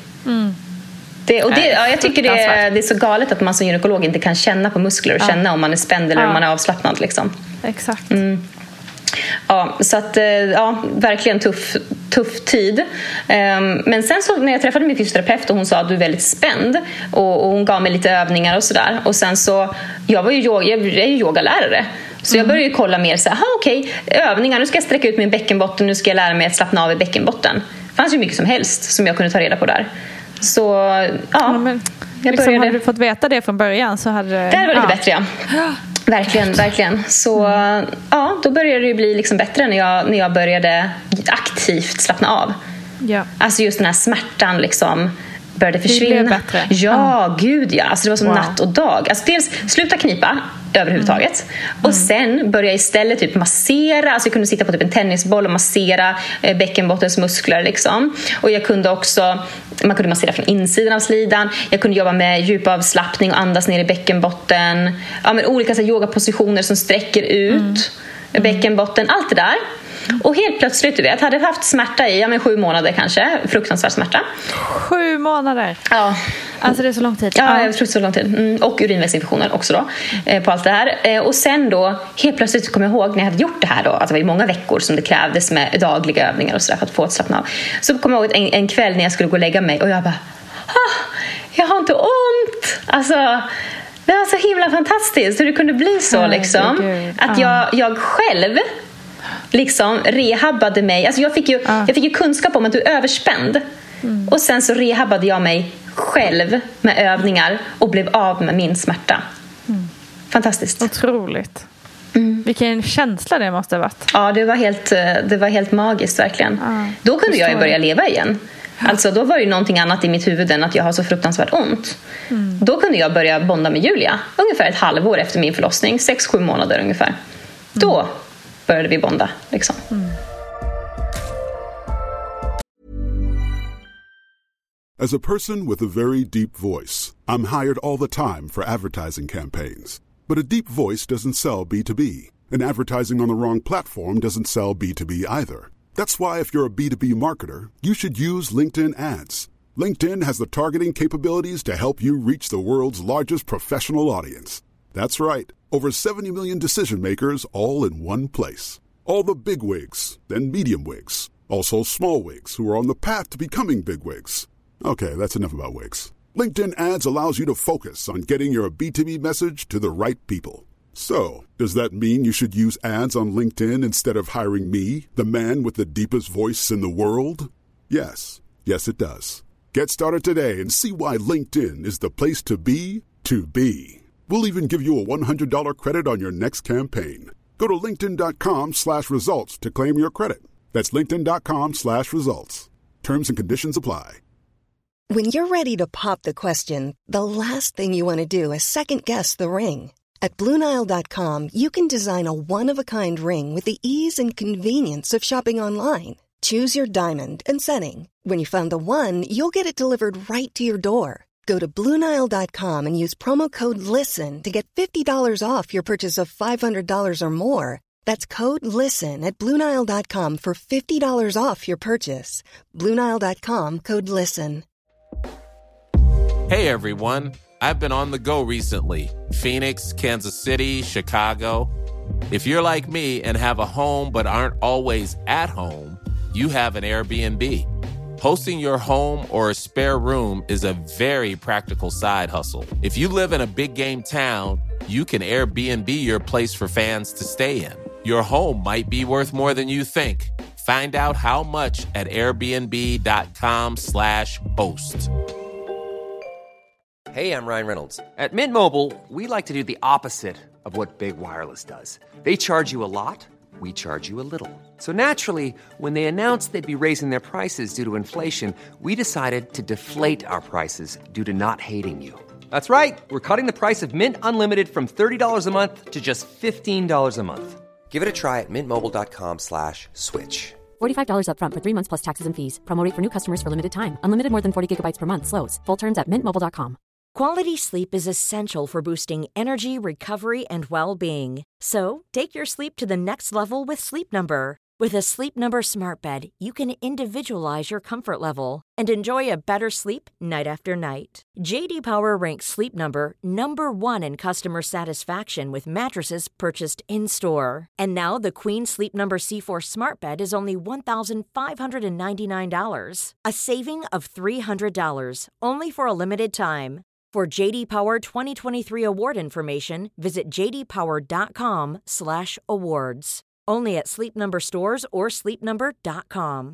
Jag tycker det är så galet att man som gynekolog inte kan känna på muskler och känna om man är spänd eller om man är avslappnad liksom. Exakt. Ja, så att verkligen tuff tid. Men sen så när jag träffade min fysioterapeut och hon sa att du är väldigt spänd och hon gav mig lite övningar och sådär. Och sen så, jag är ju yogalärare. Så jag började ju kolla mer så här, okej, övningar, nu ska jag sträcka ut min bäckenbotten, nu ska jag lära mig att slappna av i bäckenbotten. Det fanns ju mycket som helst som jag kunde ta reda på där. Så men, jag började... Hade du fått veta det från början så hade det... Det hade varit lite bättre, ja. Verkligen. Så då började det ju bli liksom bättre när jag började aktivt slappna av. Ja. Alltså just den här smärtan liksom började försvinna. Det blev bättre. Ja, gud ja. Alltså det var som natt och dag. Alltså dels sluta knipa överhuvudtaget. Och sen började jag istället typ massera. Alltså jag kunde sitta på typ en tennisboll och massera bäckenbottens muskler liksom. Och jag kunde också, man kunde massera från insidan av slidan. Jag kunde jobba med djupavslappning och andas ner i bäckenbotten. Ja, men olika så här, yogapositioner som sträcker ut bäckenbotten. Allt det där. Och helt plötsligt, du vet, hade jag haft smärta i 7 månader kanske. Fruktansvärd smärta. 7 månader? Ja. Alltså det är så lång tid. Ja, jag tror så lång tid. Och urinvägsinfektioner också då. På allt det här. Och sen då, helt plötsligt kom jag ihåg när jag hade gjort det här då. Att det var i många veckor som det krävdes med dagliga övningar och sådär för att få ett slappna av. Så kom jag ihåg en kväll när jag skulle gå och lägga mig. Och jag bara, jag har inte ont. Alltså... Det var så himla fantastiskt hur det kunde bli så liksom. Att jag själv liksom rehabbade mig. Alltså jag fick ju kunskap om att du är överspänd. Och sen så rehabbade jag mig själv med övningar och blev av med min smärta. Fantastiskt. Otroligt. Vilken känsla det måste ha varit. Ja, det var helt magiskt verkligen. Då kunde jag ju börja leva igen. Alltså då var det ju någonting annat i mitt huvud än att jag har så fruktansvärt ont. Då kunde jag börja bonda med Julia ungefär ett halvår efter min förlossning, 6-7 månader ungefär. Då började vi bonda liksom. As a person with a very deep voice, I'm hired all the time for advertising campaigns. But a deep voice doesn't sell B2B, and advertising on the wrong platform doesn't sell B2B either. That's why if you're a B2B marketer, you should use LinkedIn ads. LinkedIn has the targeting capabilities to help you reach the world's largest professional audience. That's right. Over 70 million decision makers all in one place. All the big wigs, then medium wigs. Also small wigs who are on the path to becoming big wigs. Okay, that's enough about wigs. LinkedIn ads allows you to focus on getting your B2B message to the right people. So, does that mean you should use ads on LinkedIn instead of hiring me, the man with the deepest voice in the world? Yes. Yes, it does. Get started today and see why LinkedIn is the place to be to be. We'll even give you a $100 credit on your next campaign. Go to linkedin.com/results to claim your credit. That's linkedin.com/results. Terms and conditions apply. When you're ready to pop the question, the last thing you want to do is second-guess the ring. At BlueNile.com, you can design a one-of-a-kind ring with the ease and convenience of shopping online. Choose your diamond and setting. When you find the one, you'll get it delivered right to your door. Go to BlueNile.com and use promo code LISTEN to get $50 off your purchase of $500 or more. That's code LISTEN at BlueNile.com for $50 off your purchase. BlueNile.com, code LISTEN. Hey everyone, I've been on the go recently. Phoenix, Kansas City, Chicago. If you're like me and have a home but aren't always at home, you have an Airbnb. Hosting your home or a spare room is a very practical side hustle. If you live in a big game town, you can Airbnb your place for fans to stay in. Your home might be worth more than you think. Find out how much at airbnb.com/host. Hey, I'm Ryan Reynolds. At Mint Mobile, we like to do the opposite of what Big Wireless does. They charge you a lot, we charge you a little. So naturally, when they announced they'd be raising their prices due to inflation, we decided to deflate our prices due to not hating you. That's right. We're cutting the price of Mint Unlimited from $30 a month to just $15 a month. Give it a try at mintmobile.com/switch. $45 up front for 3 months plus taxes and fees. Promo rate for new customers for limited time. Unlimited more than 40 gigabytes per month. Slows full terms at mintmobile.com. Quality sleep is essential for boosting energy, recovery, and well-being. So, take your sleep to the next level with Sleep Number. With a Sleep Number smart bed, you can individualize your comfort level and enjoy a better sleep night after night. J.D. Power ranks Sleep Number #1 in customer satisfaction with mattresses purchased in-store. And now the Queen Sleep Number C4 smart bed is only $1,599, a saving of $300, only for a limited time. For J.D. Power 2023 award information, visit jdpower.com/awards. Only at Sleep Number stores or sleepnumber.com.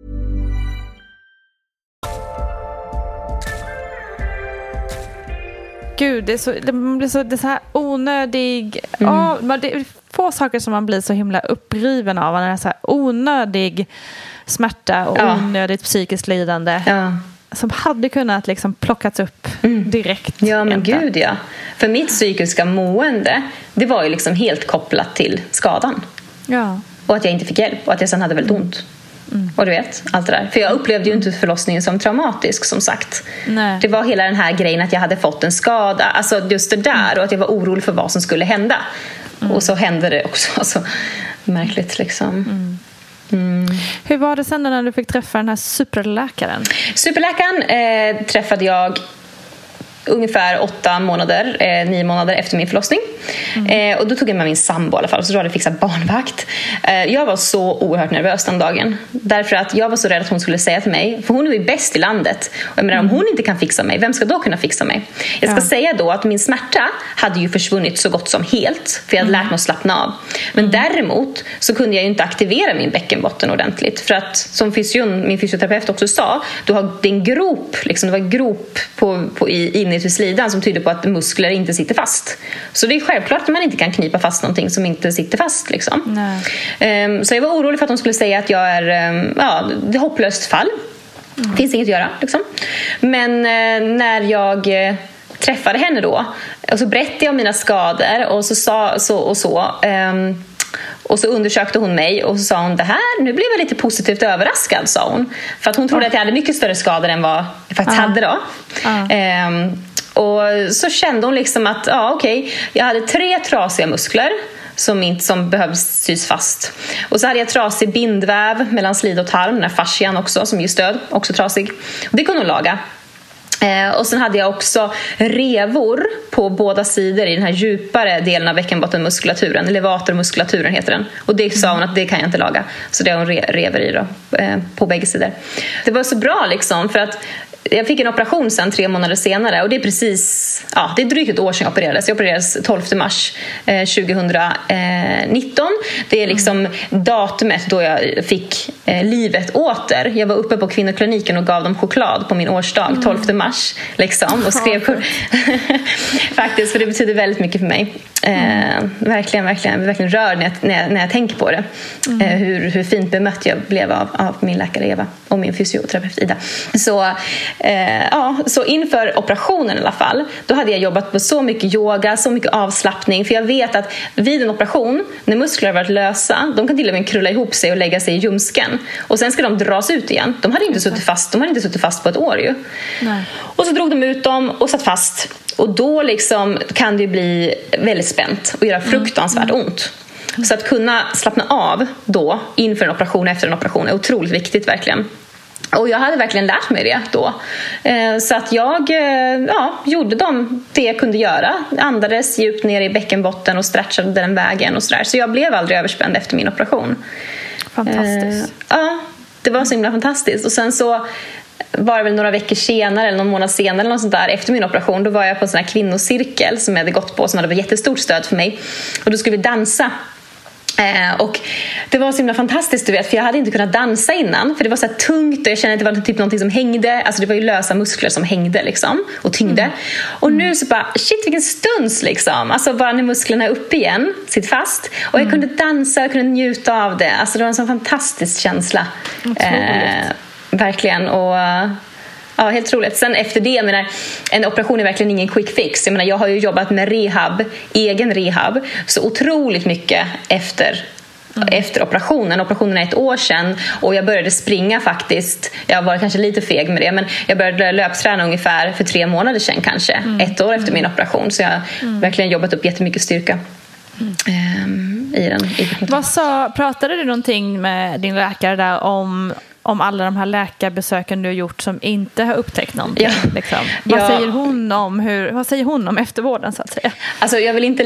Gud, det är så här onödig... det är få saker som man blir så himla uppriven av. När det är så här onödig smärta och onödigt psykiskt lidande. Ja. Som hade kunnat liksom plockats upp direkt. Ja, men gud ja. För mitt psykiska mående, det var ju liksom helt kopplat till skadan. Ja. Och att jag inte fick hjälp och att jag sen hade väldigt ont. Och du vet, allt det där. För jag upplevde ju inte förlossningen som traumatisk, som sagt. Nej. Det var hela den här grejen att jag hade fått en skada. Alltså just det där, och att jag var orolig för vad som skulle hända. Och så hände det också. Alltså, märkligt liksom. Hur var det sen när du fick träffa den här superläkaren? Superläkaren träffade jag ungefär 9 månader efter min förlossning. Och då tog jag med min sambo i alla fall. Så då hade jag fixat barnvakt. Jag var så oerhört nervös den dagen. Därför att jag var så rädd att hon skulle säga till mig. För hon är ju bäst i landet. Och jag menar, om hon inte kan fixa mig, vem ska då kunna fixa mig? Jag ska säga då att min smärta hade ju försvunnit så gott som helt. För jag hade lärt mig att slappna av. Men däremot så kunde jag ju inte aktivera min bäckenbotten ordentligt. För att, som min fysioterapeut också sa, det är en grop. Liksom, det var en grop inne i slidan som tyder på att muskler inte sitter fast. Så det är självklart att man inte kan knipa fast någonting som inte sitter fast liksom. Så jag var orolig för att de skulle säga att jag är det är hopplöst fall. Finns inget att göra liksom. Men när jag träffade henne då och så berättade jag om mina skador och och så undersökte hon mig och så sa hon, nu blev jag lite positivt överraskad, sa hon. För att hon trodde att jag hade mycket större skador än vad jag faktiskt hade då. Och så kände hon liksom att jag hade 3 trasiga muskler som behövs sys fast. Och så hade jag trasig bindväv mellan slida och tarm, den här fascian också som ger stöd, också trasig. Och det kunde hon laga. Och sen hade jag också revor på båda sidor i den här djupare delen av bäckenbottenmuskulaturen. Elevatormuskulaturen heter den. Och det sa hon att det kan jag inte laga. Så det har hon rever i då, på bägge sidor. Det var så bra liksom, för att jag fick en operation sen 3 månader senare. Och det är precis, det är drygt ett år sedan jag opererades. Jag opererades 12 mars 2019. Det är liksom datumet då jag fick livet åter. Jag var uppe på kvinnokliniken och gav dem choklad på min årsdag, 12 mars. Liksom, och skrev faktiskt, för det betyder väldigt mycket för mig. Verkligen rörd när jag tänker på det. Hur fint bemött jag blev av min läkare Eva och min fysioterapeut Ida. Så inför operationen i alla fall, då hade jag jobbat på så mycket yoga, så mycket avslappning. För jag vet att vid en operation, när muskler har varit lösa, de kan till och med krulla ihop sig och lägga sig i ljumsken. Och sen ska de dras ut igen. De hade inte suttit fast på ett år ju. Nej. Och så drog de ut dem och satt fast. Och då liksom kan det bli väldigt spänt och göra fruktansvärt ont. Så att kunna slappna av då inför en operation, efter en operation, är otroligt viktigt verkligen. Och jag hade verkligen lärt mig det då. Så att jag gjorde det jag kunde göra. Andades djupt ner i bäckenbotten och stretchade den vägen och sådär. Så jag blev aldrig överspänd efter min operation. Fantastiskt. Ja, det var så himla fantastiskt. Och sen så var det väl några veckor senare eller någon månad senare eller något sånt där, efter min operation, då var jag på en sån här kvinnocirkel som jag hade gått på, som hade varit jättestort stöd för mig. Och då skulle vi dansa. Och det var så himla fantastiskt, du vet, för jag hade inte kunnat dansa innan, för det var så här tungt och jag kände att det var typ någonting som hängde, alltså det var ju lösa muskler som hängde liksom och tyngde. Och nu så bara, shit vilken stunds liksom, alltså bara när musklerna är uppe igen, sitter fast, och jag kunde dansa, jag kunde njuta av det, alltså det var en sån fantastisk känsla. Verkligen. Och ja, helt roligt. Sen efter det, jag menar, en operation är verkligen ingen quick fix. Jag menar, jag har ju jobbat med egen rehab, så otroligt mycket efter operationen. Operationen är 1 år sedan och jag började springa faktiskt. Jag var kanske lite feg med det, men jag började löpträna ungefär för 3 månader sedan kanske. 1 år efter min operation. Så jag har verkligen jobbat upp jättemycket styrka i den. Pratade du någonting med din läkare där om alla de här läkarbesöken du har gjort som inte har upptäckt någonting? Ja. Liksom. Vad säger hon om eftervården, så att säga? Alltså, jag vill inte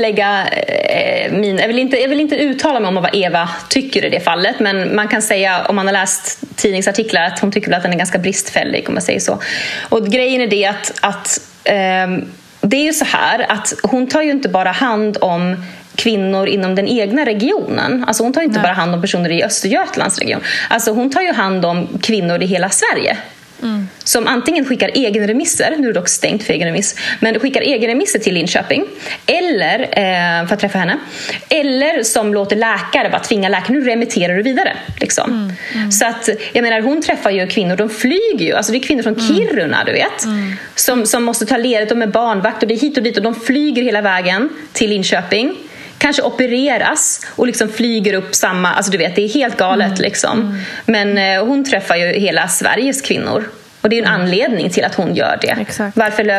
jag vill inte uttala mig om vad Eva tycker i det fallet, men man kan säga, om man har läst tidningsartiklar, att hon tycker att den är ganska bristfällig, om man säger så. Och grejen är det att det är ju så här att hon tar ju inte bara hand om kvinnor inom den egna regionen. Alltså hon tar inte bara hand om personer i Östergötlands region. Alltså hon tar ju hand om kvinnor i hela Sverige. Som antingen skickar egenremisser, nu är det dock stängt för egenremiss, men skickar egenremisser till Linköping eller för att träffa henne, eller som låter läkare, bara tvinga läkaren, nu remitterar du vidare liksom. Så att jag menar, hon träffar ju kvinnor, de flyger ju, alltså det är kvinnor från Kiruna, du vet, som måste ta ledigt, de är barnvakt och det är hit och dit, och de flyger hela vägen till Linköping, kanske opereras och liksom flyger upp samma, alltså du vet, det är helt galet liksom. Men hon träffar ju hela Sveriges kvinnor. Och det är en anledning till att hon gör det. Exakt.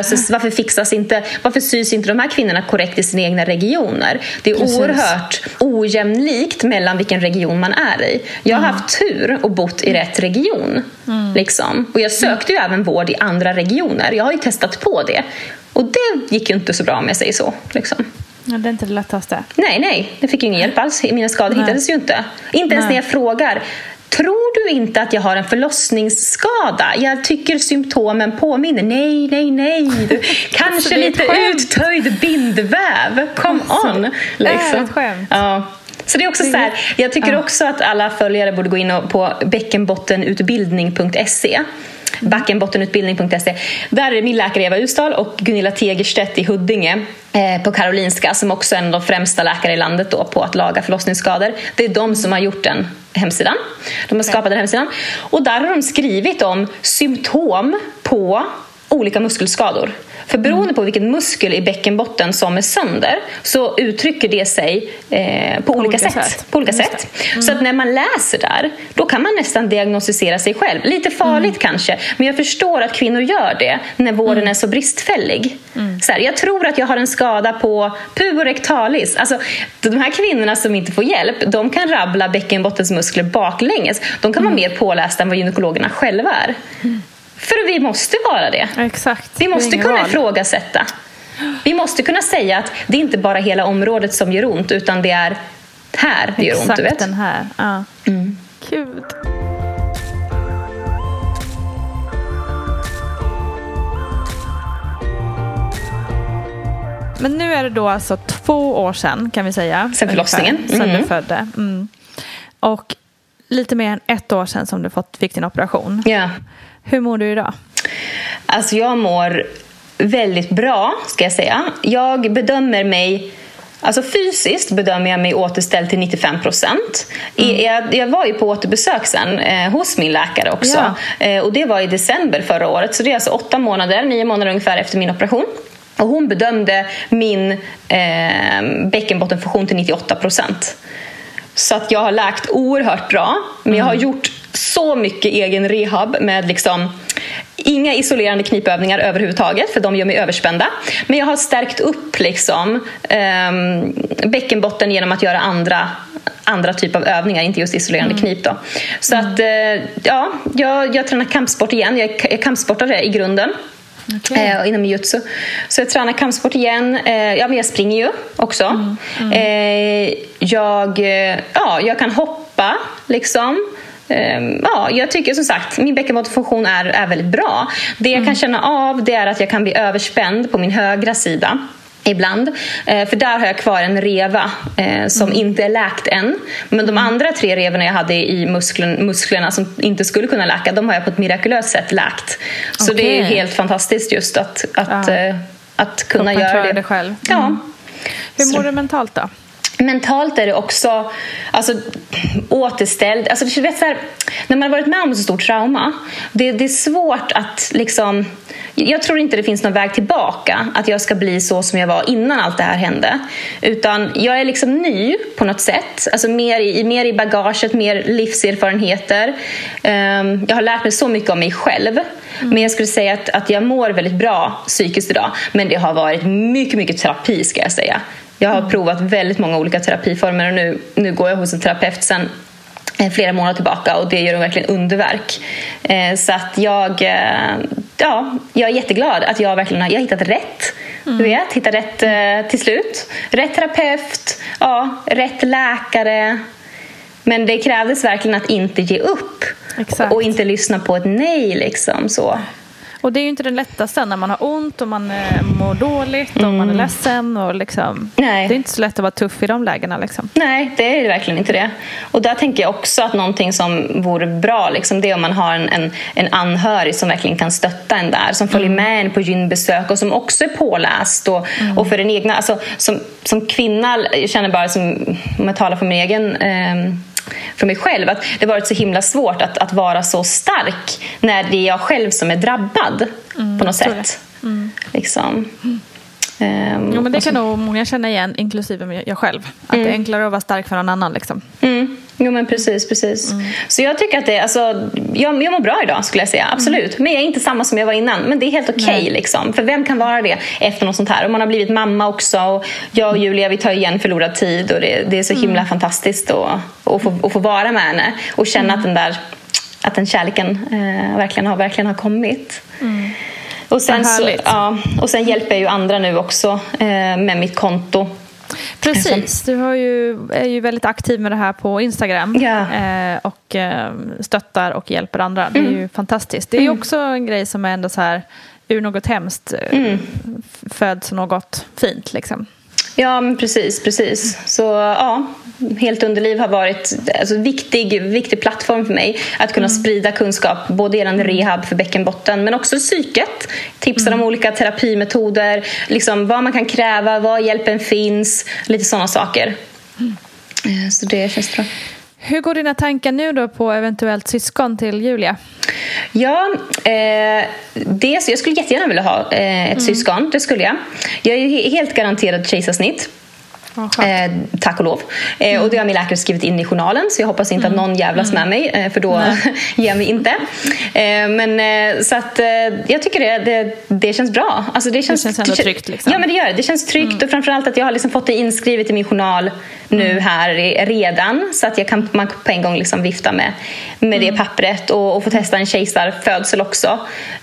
Varför sys inte de här kvinnorna korrekt i sina egna regioner? Det är oerhört ojämlikt mellan vilken region man är i. Jag har haft tur och bott i rätt region. Liksom. Och jag sökte ju även vård i andra regioner. Jag har ju testat på det. Och det gick ju inte så bra, om jag säger så. Liksom. Ja, det är inte det lättaste. Nej, det fick ju ingen hjälp alls. Mina skador hittades ju inte. Inte ens när jag frågar, tror du inte att jag har en förlossningsskada? Jag tycker symptomen påminner. Nej. Du, kanske lite uttöjd bindväv. Come on. Liksom. Ja. Så det är också så här, jag tycker också att alla följare borde gå in på bäckenbottenutbildning.se. Backenbottenutbildning.se. Där är min läkare Eva Usdahl och Gunilla Tegerstedt i Huddinge på Karolinska, som också är en av de främsta läkare i landet då på att laga förlossningsskador. Det är de som har gjort den hemsidan. De har skapat den hemsidan. Och där har de skrivit om symptom på olika muskelskador. För beroende på vilken muskel i bäckenbotten som är sönder, så uttrycker det sig på olika sätt. Så att när man läser där, då kan man nästan diagnostisera sig själv. Lite farligt kanske, men jag förstår att kvinnor gör det när vården är så bristfällig. Så här, jag tror att jag har en skada på puborectalis. Alltså, de här kvinnorna som inte får hjälp, de kan rabbla bäckenbottens muskler baklänges. De kan vara mer pålästa än vad gynekologerna själva är. För vi måste vara det. Exakt. Vi måste kunna ifrågasätta. Vi måste kunna säga att det är inte bara hela området som gör ont, utan det är här det gör ont, du vet. Exakt, den här. Ja. Gud. Men nu är det då alltså 2 år sedan, kan vi säga. Sen förlossningen. Sen du födde. Och lite mer än 1 år sedan som du fick din operation. Ja. Hur mår du idag? Alltså jag mår väldigt bra, ska jag säga. Jag bedömer mig, alltså fysiskt bedömer jag mig återställd till 95%. Jag var ju på återbesök sen hos min läkare också. Ja. Och det var i december förra året. Så det är alltså 9 månader ungefär efter min operation. Och hon bedömde min bäckenbottenfunktion till 98%. Så att jag har läkt oerhört bra. Men jag har gjort så mycket egen rehab med liksom inga isolerande knipövningar överhuvudtaget, för de gör mig överspända. Men jag har stärkt upp liksom bäckenbotten genom att göra andra typer av övningar, inte just isolerande knip då. Så att jag tränar kampsport igen. Jag är kampsportare i grunden. Inom jiu-jitsu. Så jag tränar kampsport igen. Men jag springer ju också. Jag kan hoppa liksom. Jag tycker som sagt min bäckenbottenfunktion är väldigt bra. Det jag kan känna av, det är att jag kan bli överspänd på min högra sida ibland, för där har jag kvar en reva som inte är läkt än. Men de andra 3 revorna jag hade i musklerna som inte skulle kunna läka, de har jag på ett mirakulöst sätt läkt. Så det är helt fantastiskt just att kunna göra det själv. Ja. Hur mår du mentalt då? Mentalt är det också återställd. Du vet, så här, när man har varit med om så stort trauma, det är svårt att liksom, jag tror inte det finns någon väg tillbaka, att jag ska bli så som jag var innan allt det här hände. Utan jag är liksom ny på något sätt. Alltså mer i bagaget, mer livserfarenheter. Jag har lärt mig så mycket om mig själv. Men jag skulle säga att jag mår väldigt bra psykiskt idag. Men det har varit mycket, mycket terapi, ska jag säga. Jag har provat väldigt många olika terapiformer och nu går jag hos en terapeut sedan flera månader tillbaka, och det gör verkligen underverk. Så att jag är jätteglad att jag verkligen har hittat rätt. Hittat rätt till slut. Rätt terapeut, rätt läkare. Men det krävdes verkligen att inte ge upp. Exakt. Och inte lyssna på ett nej liksom så. Och det är ju inte den lättaste när man har ont och man mår dåligt och man är ledsen. Och liksom, Nej. Det är inte så lätt att vara tuff i de lägena. Liksom. Nej, det är verkligen inte det. Och där tänker jag också att någonting som vore bra, liksom, det är om man har en anhörig som verkligen kan stötta en där. Som följer med en på gynbesök och som också är påläst. Och för den egna, alltså, som kvinna, jag känner bara som, om jag talar för min egen... från mig själv, att det varit så himla svårt att vara så stark när det är jag själv som är drabbad på något sätt. Liksom. Jo, men det kan nog många känna igen, inklusive jag själv. Att det är enklare att vara stark för någon annan. Liksom. Jo, men precis. Så jag tycker att det, alltså, jag mår bra idag, skulle jag säga, absolut. Men jag är inte samma som jag var innan. Men det är helt okej, liksom. För vem kan vara det efter något sånt här? Och man har blivit mamma också. Och jag och Julia, vi tar igen förlorad tid. Och det är så himla fantastiskt att få vara med henne. Och känna att den kärleken verkligen har kommit. Och sen hjälper jag ju andra nu också med mitt konto. Precis, du är ju väldigt aktiv med det här på Instagram. Och stöttar och hjälper andra. Det är ju fantastiskt. Det är ju också en grej som är ändå så här, ur något hemskt föds något fint liksom. Ja, men precis. Så Helt Underliv har varit en viktig plattform för mig att kunna sprida kunskap, både gällande rehab för bäckenbotten men också psyket. Tipsar om olika terapimetoder, liksom vad man kan kräva, var hjälpen finns, lite sådana saker. Så det känns bra. Hur går dina tankar nu då på eventuellt syskon till Julia? Ja, jag skulle jättegärna vilja ha ett syskon, det skulle jag. Jag är ju helt garanterad kejsarsnitt. Tack och lov. Och det har min läkare skrivit in i journalen, så jag hoppas inte att någon jävlas med mig, för då ger jag mig inte. Men så att jag tycker det känns bra. Alltså det känns ändå tryggt liksom. Ja, men det gör det. Det känns tryggt och framförallt att jag har liksom fått det inskrivet i min journal nu här redan, så att man på en gång liksom vifta med det pappret och få testa en kejsarfödsel också.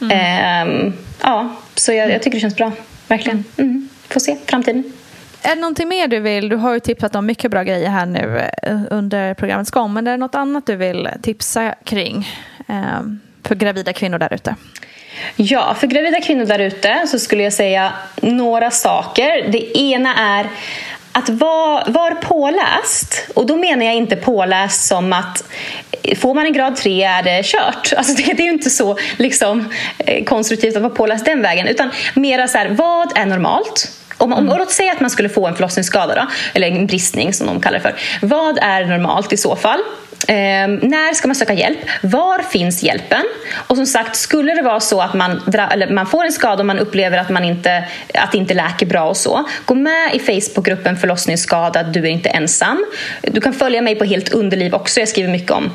Så jag tycker det känns bra. Verkligen. Får se framtiden. Är det någonting mer du vill? Du har ju tipsat om mycket bra grejer här nu under programmets gång. Men är det något annat du vill tipsa kring för gravida kvinnor där ute? Ja, för gravida kvinnor där ute så skulle jag säga några saker. Det ena är att vara påläst. Och då menar jag inte påläst som att får man en grad 3 är det kört. Alltså det är ju inte så liksom, konstruktivt att vara påläst den vägen. Utan mera så här, vad är normalt? Om låt säga att man skulle få en förlossningsskada då, eller en bristning som de kallar det för. Vad är normalt i så fall? När ska man söka hjälp? Var finns hjälpen? Och som sagt, skulle det vara så att man får en skada och man upplever att det inte läker bra och så, gå med i Facebookgruppen Förlossningsskadad, du är inte ensam. Du kan följa mig på Helt Underliv också, jag skriver mycket om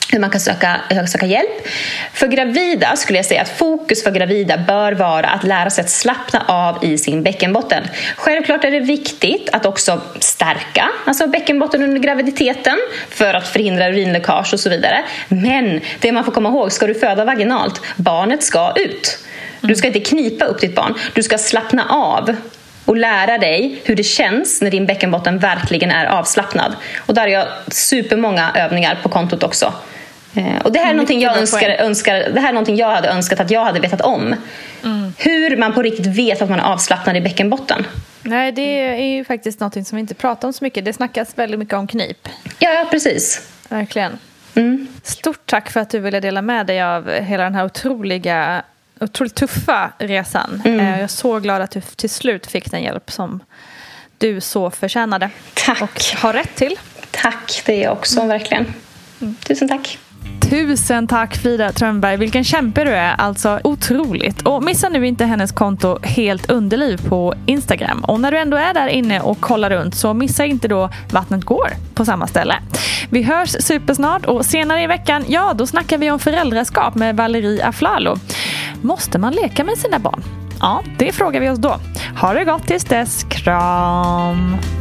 hur man kan söka hjälp. För gravida skulle jag säga att fokus för gravida bör vara att lära sig att slappna av i sin bäckenbotten. Självklart är det viktigt att också stärka bäckenbotten under graviditeten för att förhindra urinläckage och så vidare. Men det man får komma ihåg, ska du föda vaginalt, barnet ska ut. Du ska inte knipa upp ditt barn, du ska slappna av och lära dig hur det känns när din bäckenbotten verkligen är avslappnad. Och där har jag supermånga övningar på kontot också. Och det här är någonting det här är någonting jag hade önskat att jag hade vetat om. Hur man på riktigt vet att man är avslappnad i bäckenbotten. Nej, det är ju faktiskt någonting som vi inte pratar om så mycket. Det snackas väldigt mycket om knip. Ja, precis. Verkligen. Stort tack för att du ville dela med dig av hela den här otroligt tuffa resan. Jag är så glad att du till slut fick den hjälp som du så förtjänade. Tack. Och har rätt till. Tack, det är jag också verkligen. Tusen tack. Tusen tack Frida Trönberg, vilken kämpe du är, alltså otroligt. Och missa nu inte hennes konto Helt Underliv på Instagram. Och när du ändå är där inne och kollar runt, så missa inte då Vattnet går på samma ställe. Vi hörs supersnart, och senare i veckan, då snackar vi om föräldraskap med Valerie Aflalo. Måste man leka med sina barn? Ja, det frågar vi oss då. Ha det gott tills dess, kram!